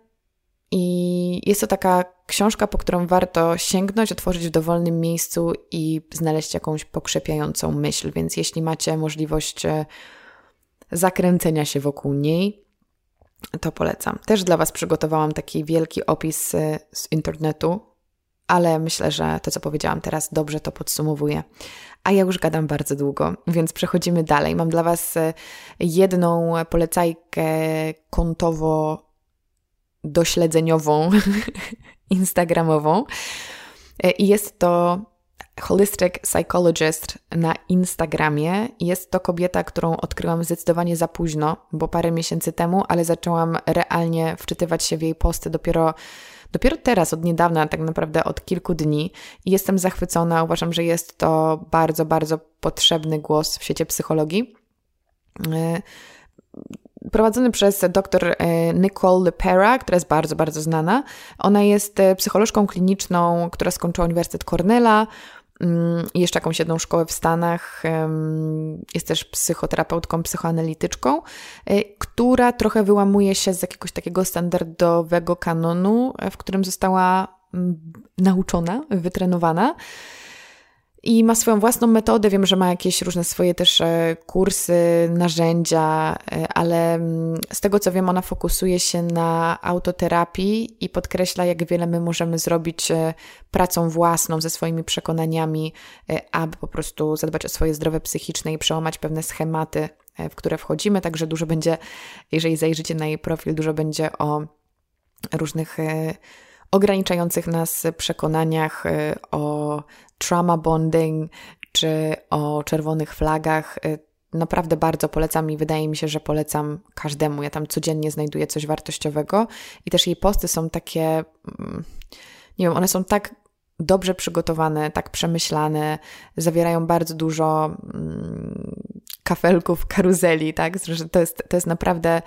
I jest to taka książka, po którą warto sięgnąć, otworzyć w dowolnym miejscu i znaleźć jakąś pokrzepiającą myśl. Więc jeśli macie możliwość zakręcenia się wokół niej, to polecam. Też dla Was przygotowałam taki wielki opis z internetu, ale myślę, że to, co powiedziałam teraz, dobrze to podsumowuje. A ja już gadam bardzo długo, więc przechodzimy dalej. Mam dla Was jedną polecajkę kontowo dośledzeniową, instagramową. I jest to Holistic Psychologist na Instagramie. Jest to kobieta, którą odkryłam zdecydowanie za późno, bo parę miesięcy temu, ale zaczęłam realnie wczytywać się w jej posty dopiero, dopiero teraz, od niedawna, tak naprawdę od kilku dni. I jestem zachwycona. Uważam, że jest to bardzo, bardzo potrzebny głos w świecie psychologii. Prowadzony przez dr Nicole LePera, która jest bardzo, bardzo znana. Ona jest psycholożką kliniczną, która skończyła Uniwersytet Cornella i jeszcze jakąś jedną szkołę w Stanach. Jest też psychoterapeutką, psychoanalityczką, która trochę wyłamuje się z jakiegoś takiego standardowego kanonu, w którym została nauczona, wytrenowana. I ma swoją własną metodę, wiem, że ma jakieś różne swoje też kursy, narzędzia, ale z tego co wiem, ona fokusuje się na autoterapii i podkreśla, jak wiele my możemy zrobić pracą własną ze swoimi przekonaniami, aby po prostu zadbać o swoje zdrowie psychiczne i przełamać pewne schematy, w które wchodzimy. Także dużo będzie, jeżeli zajrzycie na jej profil, dużo będzie o różnych ograniczających nas przekonaniach, o trauma bonding czy o czerwonych flagach. Naprawdę bardzo polecam i wydaje mi się, że polecam każdemu. Ja tam codziennie znajduję coś wartościowego i też jej posty są takie, nie wiem, one są tak dobrze przygotowane, tak przemyślane, zawierają bardzo dużo kafelków, karuzeli, tak? Że to jest, to jest naprawdę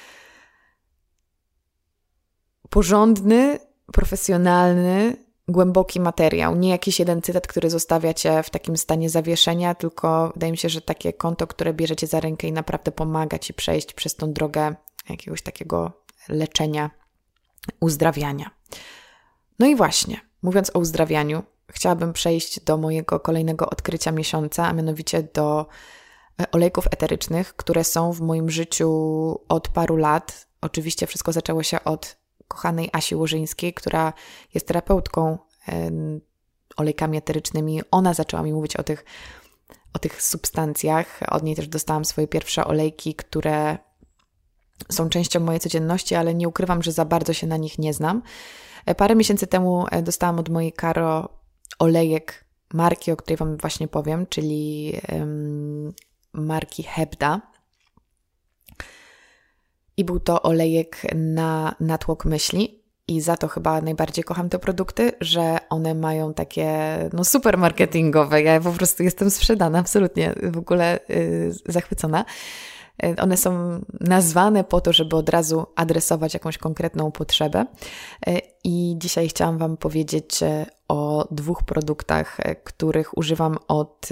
porządny, profesjonalny, głęboki materiał. Nie jakiś jeden cytat, który zostawia Cię w takim stanie zawieszenia, tylko wydaje mi się, że takie konto, które bierzecie za rękę i naprawdę pomaga Ci przejść przez tą drogę jakiegoś takiego leczenia, uzdrawiania. No i właśnie, mówiąc o uzdrawianiu, chciałabym przejść do mojego kolejnego odkrycia miesiąca, a mianowicie do olejków eterycznych, które są w moim życiu od paru lat. Oczywiście wszystko zaczęło się od kochanej Asi Łożyńskiej, która jest terapeutką olejkami eterycznymi. Ona zaczęła mi mówić o tych, o tych substancjach. Od niej też dostałam swoje pierwsze olejki, które są częścią mojej codzienności, ale nie ukrywam, że za bardzo się na nich nie znam. Parę miesięcy temu dostałam od mojej Karo olejek marki, o której Wam właśnie powiem, czyli um, marki Hebda. I był to olejek na natłok myśli i za to chyba najbardziej kocham te produkty, że one mają takie no super marketingowe. Ja po prostu jestem sprzedana, absolutnie w ogóle yy, zachwycona. One są nazwane po to, żeby od razu adresować jakąś konkretną potrzebę. I dzisiaj chciałam Wam powiedzieć o dwóch produktach, których używam od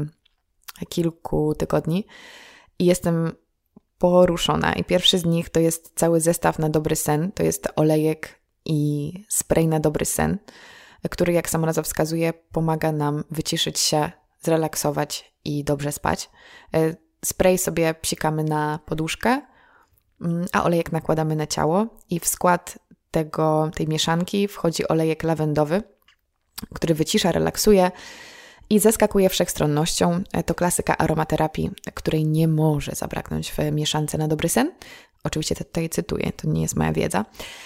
kilku tygodni i jestem poruszona. I pierwszy z nich to jest cały zestaw na dobry sen. To jest olejek i spray na dobry sen, który, jak sama nazwa wskazuje, pomaga nam wyciszyć się, zrelaksować i dobrze spać. Spray sobie psikamy na poduszkę, a olejek nakładamy na ciało i w skład tego, tej mieszanki wchodzi olejek lawendowy, który wycisza, relaksuje i zaskakuje wszechstronnością. To klasyka aromaterapii, której nie może zabraknąć w mieszance na dobry sen. Oczywiście tutaj cytuję, to nie jest moja wiedza.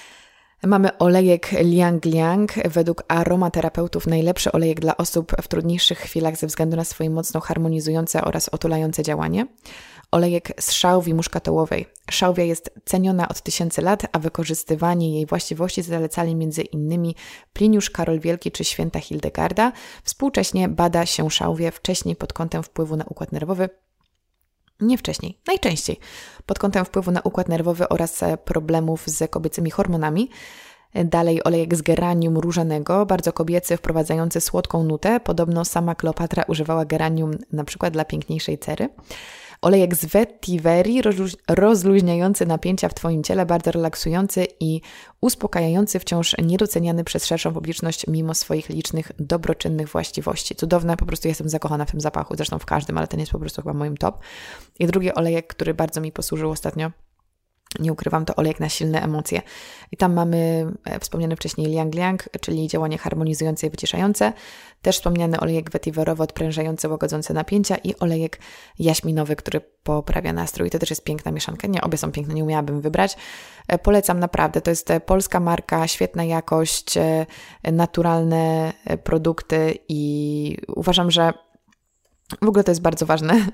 Mamy olejek Liang Liang, według aromaterapeutów najlepszy olejek dla osób w trudniejszych chwilach ze względu na swoje mocno harmonizujące oraz otulające działanie. Olejek z szałwi muszkatołowej. Szałwia jest ceniona od tysięcy lat, a wykorzystywanie jej właściwości zalecali między innymi Pliniusz Karol Wielki czy święta Hildegarda. Współcześnie bada się szałwię wcześniej pod kątem wpływu na układ nerwowy, Nie wcześniej, najczęściej pod kątem wpływu na układ nerwowy oraz problemów z kobiecymi hormonami. Dalej olejek z geranium różanego, bardzo kobiecy, wprowadzający słodką nutę. Podobno sama Kleopatra używała geranium na przykład dla piękniejszej cery. Olejek z vetiverii, rozluźniający napięcia w Twoim ciele, bardzo relaksujący i uspokajający, wciąż niedoceniany przez szerszą publiczność mimo swoich licznych, dobroczynnych właściwości. Cudowne, po prostu jestem zakochana w tym zapachu, zresztą w każdym, ale ten jest po prostu chyba moim top. I drugi olejek, który bardzo mi posłużył ostatnio, nie ukrywam, to olejek na silne emocje. I tam mamy wspomniany wcześniej Liang Liang, czyli działanie harmonizujące i wyciszające. Też wspomniany olejek vetiverowy, odprężający, łagodzący napięcia i olejek jaśminowy, który poprawia nastrój. To też jest piękna mieszanka. Nie, obie są piękne, nie umiałabym wybrać. Polecam naprawdę. To jest polska marka, świetna jakość, naturalne produkty i uważam, że w ogóle to jest bardzo ważne,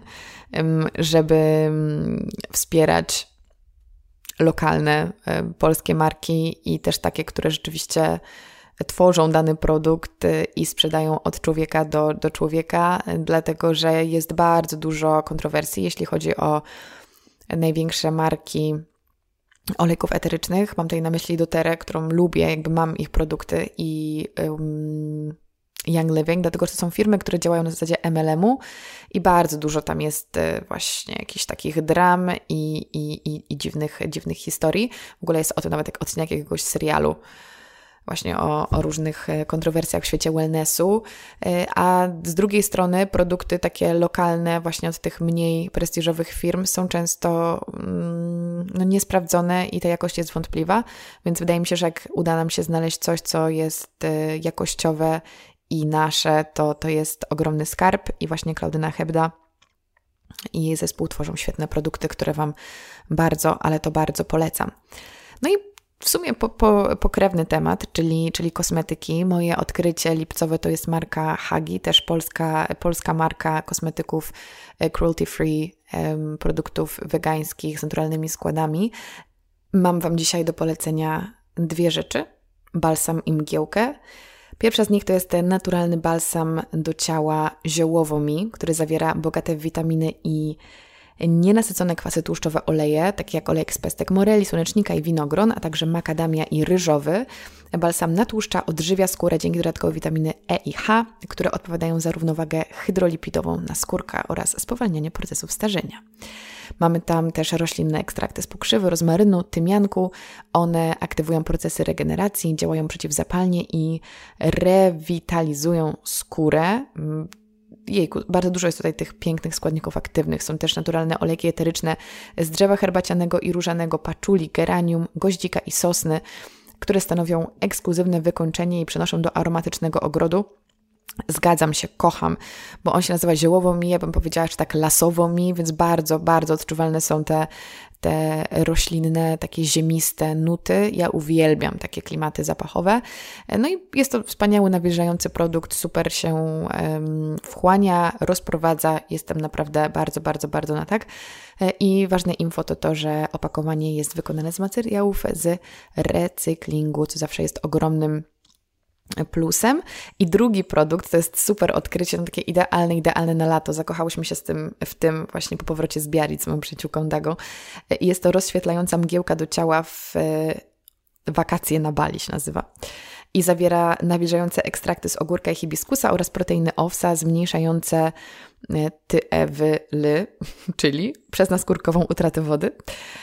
żeby wspierać lokalne, polskie marki i też takie, które rzeczywiście tworzą dany produkt i sprzedają od człowieka do, do człowieka, dlatego że jest bardzo dużo kontrowersji, jeśli chodzi o największe marki olejków eterycznych. Mam tutaj na myśli doTERRę, którą lubię, jakby mam ich produkty i um, Young Living, dlatego że to są firmy, które działają na zasadzie M L M-u i bardzo dużo tam jest właśnie jakichś takich dram i, i, i, i dziwnych, dziwnych historii. W ogóle jest o tym nawet jak odcinek jakiegoś serialu właśnie o, o różnych kontrowersjach w świecie wellnessu, a z drugiej strony produkty takie lokalne właśnie od tych mniej prestiżowych firm są często no, niesprawdzone i ta jakość jest wątpliwa, więc wydaje mi się, że jak uda nam się znaleźć coś, co jest jakościowe i nasze, to, to jest ogromny skarb i właśnie Klaudyna Hebda i jej zespół tworzą świetne produkty, które Wam bardzo, ale to bardzo polecam. No i w sumie po, po, pokrewny temat, czyli, czyli kosmetyki. Moje odkrycie lipcowe to jest marka Hagi, też polska, polska marka kosmetyków cruelty free, um, produktów wegańskich z naturalnymi składami. Mam Wam dzisiaj do polecenia dwie rzeczy, balsam i mgiełkę. Pierwsza z nich to jest ten naturalny balsam do ciała ziołowo-mi, który zawiera bogate w witaminy i nienasycone kwasy tłuszczowe oleje, takie jak olejek z pestek moreli, słonecznika i winogron, a także makadamia i ryżowy. Balsam natłuszcza, odżywia skórę dzięki dodatkowej witaminy E i H, które odpowiadają za równowagę hydrolipidową naskórka oraz spowalnianie procesów starzenia. Mamy tam też roślinne ekstrakty z pokrzywy, rozmarynu, tymianku. One aktywują procesy regeneracji, działają przeciwzapalnie i rewitalizują skórę. jejku, bardzo dużo jest tutaj tych pięknych składników aktywnych. Są też naturalne olejki eteryczne z drzewa herbacianego i różanego, paczuli, geranium, goździka i sosny, które stanowią ekskluzywne wykończenie i przenoszą do aromatycznego ogrodu. Zgadzam się, kocham, bo on się nazywa ziołowo mi, ja bym powiedziała, że tak lasowo mi, więc bardzo, bardzo odczuwalne są te, te roślinne, takie ziemiste nuty. Ja uwielbiam takie klimaty zapachowe. No i jest to wspaniały, nawilżający produkt, super się um, wchłania, rozprowadza. Jestem naprawdę bardzo, bardzo, bardzo na tak. I ważne info to to, że opakowanie jest wykonane z materiałów z recyklingu, co zawsze jest ogromnym plusem. I drugi produkt to jest super odkrycie, no takie idealne, idealne na lato. Zakochałyśmy się z tym, w tym właśnie po powrocie z Biarritz z moją przyjaciółką Dagą. I jest to rozświetlająca mgiełka do ciała w wakacje na Bali się nazywa. I zawiera nawilżające ekstrakty z ogórka i hibiskusa oraz proteiny owsa zmniejszające T E W L, czyli przeznaskórkową utratę wody.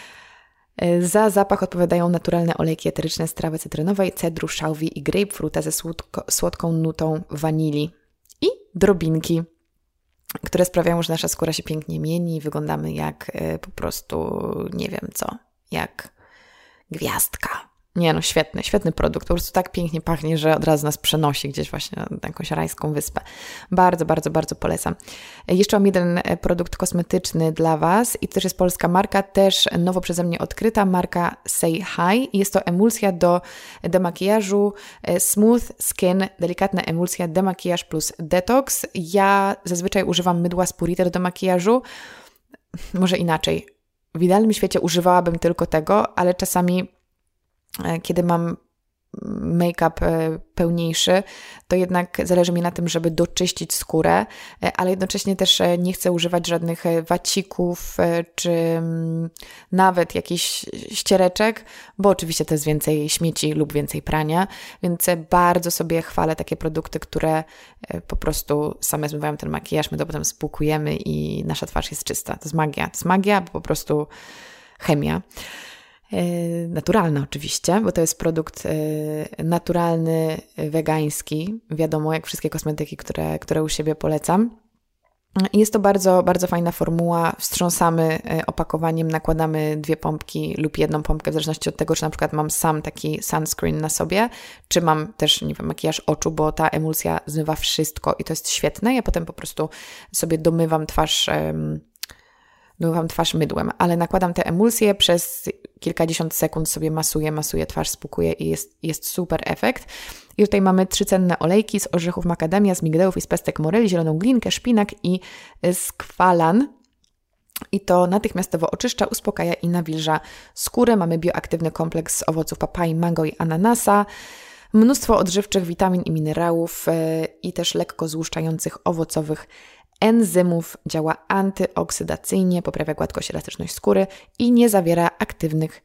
Za zapach odpowiadają naturalne olejki eteryczne z trawy cytrynowej, cedru, szałwi i grapefruita ze słodko, słodką nutą wanilii i drobinki, które sprawiają, że nasza skóra się pięknie mieni i wyglądamy jak y, po prostu, nie wiem co, jak gwiazdka. Nie no, świetny, świetny produkt. Po prostu tak pięknie pachnie, że od razu nas przenosi gdzieś właśnie na jakąś rajską wyspę. Bardzo, bardzo, bardzo polecam. Jeszcze mam jeden produkt kosmetyczny dla Was i to też jest polska marka, też nowo przeze mnie odkryta, marka Say Hi. Jest to emulsja do demakijażu Smooth Skin, delikatna emulsja demakijaż plus detox. Ja zazwyczaj używam mydła z Purity do demakijażu. Może inaczej. W idealnym świecie używałabym tylko tego, ale czasami kiedy mam make-up pełniejszy, to jednak zależy mi na tym, żeby doczyścić skórę, ale jednocześnie też nie chcę używać żadnych wacików czy nawet jakichś ściereczek, bo oczywiście to jest więcej śmieci lub więcej prania, więc bardzo sobie chwalę takie produkty, które po prostu same zmywają ten makijaż, my to potem spłukujemy i nasza twarz jest czysta. To jest magia, to jest magia, bo po prostu chemia. Naturalna oczywiście, bo to jest produkt naturalny, wegański. Wiadomo, jak wszystkie kosmetyki, które, które u siebie polecam. Jest to bardzo, bardzo fajna formuła. Wstrząsamy opakowaniem, nakładamy dwie pompki lub jedną pompkę, w zależności od tego, czy na przykład mam sam taki sunscreen na sobie, czy mam też, nie wiem, makijaż oczu, bo ta emulsja zmywa wszystko i to jest świetne. Ja potem po prostu sobie domywam twarz Domywam twarz mydłem, ale nakładam te emulsje, przez kilkadziesiąt sekund sobie masuję, masuję twarz, spłukuję i jest, jest super efekt. I tutaj mamy trzy cenne olejki z orzechów makadamia, z migdałów i z pestek moreli, zieloną glinkę, szpinak i skwalan. I to natychmiastowo oczyszcza, uspokaja i nawilża skórę. Mamy bioaktywny kompleks z owoców papai, mango i ananasa. Mnóstwo odżywczych witamin i minerałów i też lekko złuszczających owocowych enzymów, działa antyoksydacyjnie, poprawia gładkość i elastyczność skóry i nie zawiera aktywnych,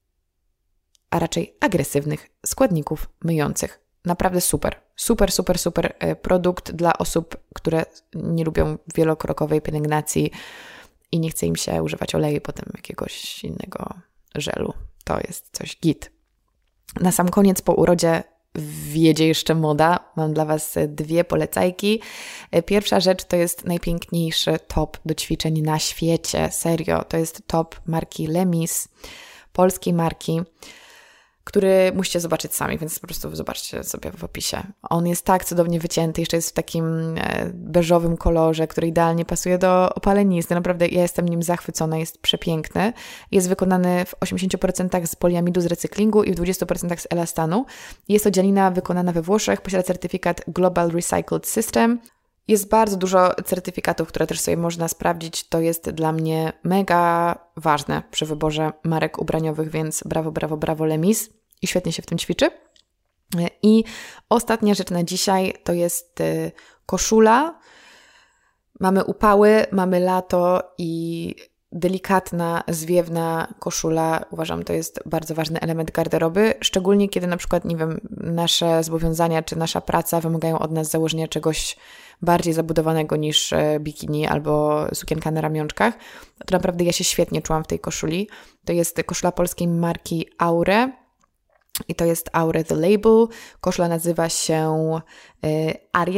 a raczej agresywnych składników myjących. Naprawdę super, super, super, super produkt dla osób, które nie lubią wielokrokowej pielęgnacji i nie chce im się używać oleju potem jakiegoś innego żelu. To jest coś git. Na sam koniec po urodzie wjedzie jeszcze moda. Mam dla Was dwie polecajki. Pierwsza rzecz to jest najpiękniejszy top do ćwiczeń na świecie. Serio, to jest top marki Lemis, polskiej marki, który musicie zobaczyć sami, więc po prostu zobaczcie sobie w opisie. On jest tak cudownie wycięty, jeszcze jest w takim beżowym kolorze, który idealnie pasuje do opalenizny. Naprawdę ja jestem nim zachwycona, jest przepiękny. Jest wykonany w osiemdziesiąt procent z poliamidu z recyklingu i w dwadzieścia procent z elastanu. Jest to dzianina wykonana we Włoszech, posiada certyfikat Global Recycled System. Jest bardzo dużo certyfikatów, które też sobie można sprawdzić. To jest dla mnie mega ważne przy wyborze marek ubraniowych, więc brawo, brawo, brawo Lemis. I świetnie się w tym ćwiczy. I ostatnia rzecz na dzisiaj to jest koszula. Mamy upały, mamy lato i delikatna, zwiewna koszula. Uważam, to jest bardzo ważny element garderoby, szczególnie kiedy na przykład, nie wiem, nasze zobowiązania czy nasza praca wymagają od nas założenia czegoś bardziej zabudowanego niż bikini albo sukienka na ramionczkach. To naprawdę ja się świetnie czułam w tej koszuli. To jest koszula polskiej marki Aure. I to jest Aure The Label. Koszula nazywa się y, Aria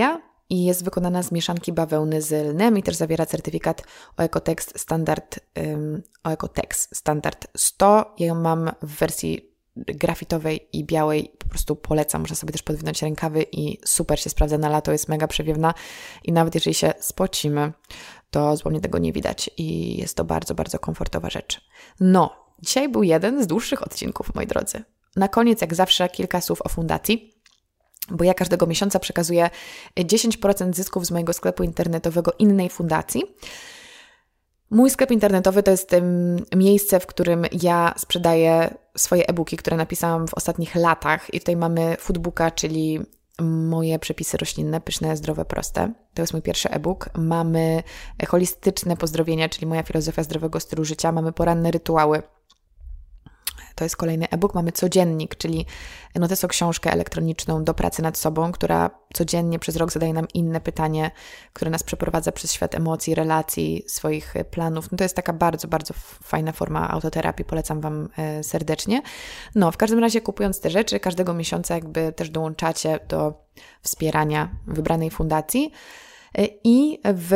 i jest wykonana z mieszanki bawełny z lnem i też zawiera certyfikat Oeko-Tex Standard, um, Oeko-Tex Standard sto. Ja ją mam w wersji grafitowej i białej, po prostu polecam. Można sobie też podwinąć rękawy i super się sprawdza na lato, jest mega przewiewna i nawet jeżeli się spocimy, to zupełnie tego nie widać i jest to bardzo, bardzo komfortowa rzecz. No, dzisiaj był jeden z dłuższych odcinków, moi drodzy. Na koniec, jak zawsze, kilka słów o fundacji, bo ja każdego miesiąca przekazuję dziesięć procent zysków z mojego sklepu internetowego innej fundacji. Mój sklep internetowy to jest um, miejsce, w którym ja sprzedaję swoje e-booki, które napisałam w ostatnich latach i tutaj mamy foodbooka, czyli moje przepisy roślinne, pyszne, zdrowe, proste. To jest mój pierwszy e-book. Mamy holistyczne pozdrowienia, czyli moja filozofia zdrowego stylu życia. Mamy poranne rytuały. To jest kolejny e-book. Mamy codziennik, czyli noteso książkę elektroniczną do pracy nad sobą, która codziennie przez rok zadaje nam inne pytanie, które nas przeprowadza przez świat emocji, relacji, swoich planów. No to jest taka bardzo, bardzo fajna forma autoterapii. Polecam Wam serdecznie. No, w każdym razie kupując te rzeczy, każdego miesiąca jakby też dołączacie do wspierania wybranej fundacji. I w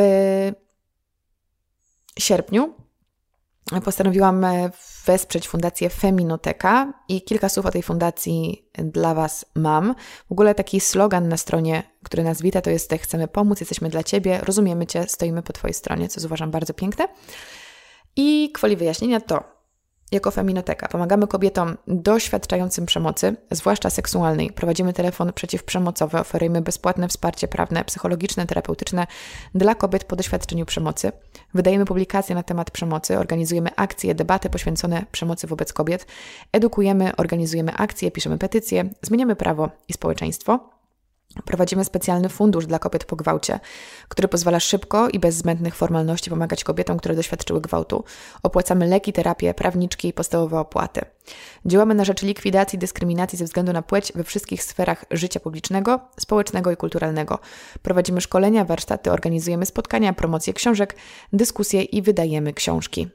sierpniu postanowiłam wesprzeć fundację Feminoteka i kilka słów o tej fundacji dla Was mam. W ogóle taki slogan na stronie, który nas wita, to jest: chcemy pomóc, jesteśmy dla Ciebie, rozumiemy Cię, stoimy po Twojej stronie, co uważam bardzo piękne. I kwoli wyjaśnienia to, jako Feminoteka pomagamy kobietom doświadczającym przemocy, zwłaszcza seksualnej. Prowadzimy telefon przeciwprzemocowy, oferujemy bezpłatne wsparcie prawne, psychologiczne, terapeutyczne dla kobiet po doświadczeniu przemocy. Wydajemy publikacje na temat przemocy, organizujemy akcje, debaty poświęcone przemocy wobec kobiet, edukujemy, organizujemy akcje, piszemy petycje, zmieniamy prawo i społeczeństwo. Prowadzimy specjalny fundusz dla kobiet po gwałcie, który pozwala szybko i bez zbędnych formalności pomagać kobietom, które doświadczyły gwałtu. Opłacamy leki, terapię, prawniczki i podstawowe opłaty. Działamy na rzecz likwidacji dyskryminacji ze względu na płeć we wszystkich sferach życia publicznego, społecznego i kulturalnego. Prowadzimy szkolenia, warsztaty, organizujemy spotkania, promocje książek, dyskusje i wydajemy książki.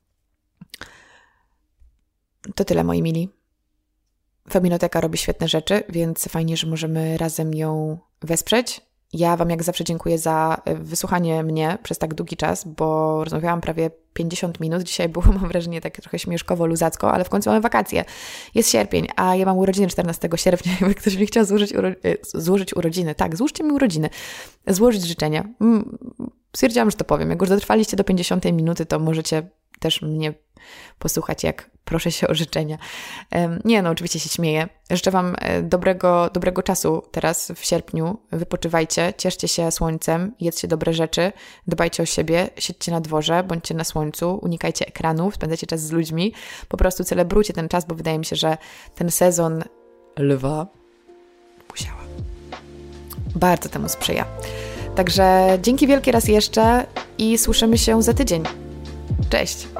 To tyle, moi mili. Feminoteka robi świetne rzeczy, więc fajnie, że możemy razem ją wesprzeć. Ja Wam jak zawsze dziękuję za wysłuchanie mnie przez tak długi czas, bo rozmawiałam prawie pięćdziesiąt minut. Dzisiaj było, mam wrażenie, tak trochę śmieszkowo, luzacko, ale w końcu mamy wakacje. Jest sierpień, a ja mam urodziny czternastego sierpnia. Jakby ktoś mi chciał złożyć, uro... złożyć urodziny. Tak, złóżcie mi urodziny. Złożyć życzenia. Stwierdziłam, że to powiem. Jak już dotrwaliście do pięćdziesiątej minuty, to możecie też mnie posłuchać, jak proszę się o życzenia. Nie, no oczywiście się śmieję. Życzę Wam dobrego, dobrego czasu teraz w sierpniu. Wypoczywajcie, cieszcie się słońcem, jedzcie dobre rzeczy, dbajcie o siebie, siedźcie na dworze, bądźcie na słońcu, unikajcie ekranów, spędzajcie czas z ludźmi. Po prostu celebrujcie ten czas, bo wydaje mi się, że ten sezon lwa musiała. Bardzo temu sprzyja. Także dzięki wielkie raz jeszcze i słyszymy się za tydzień. Cześć!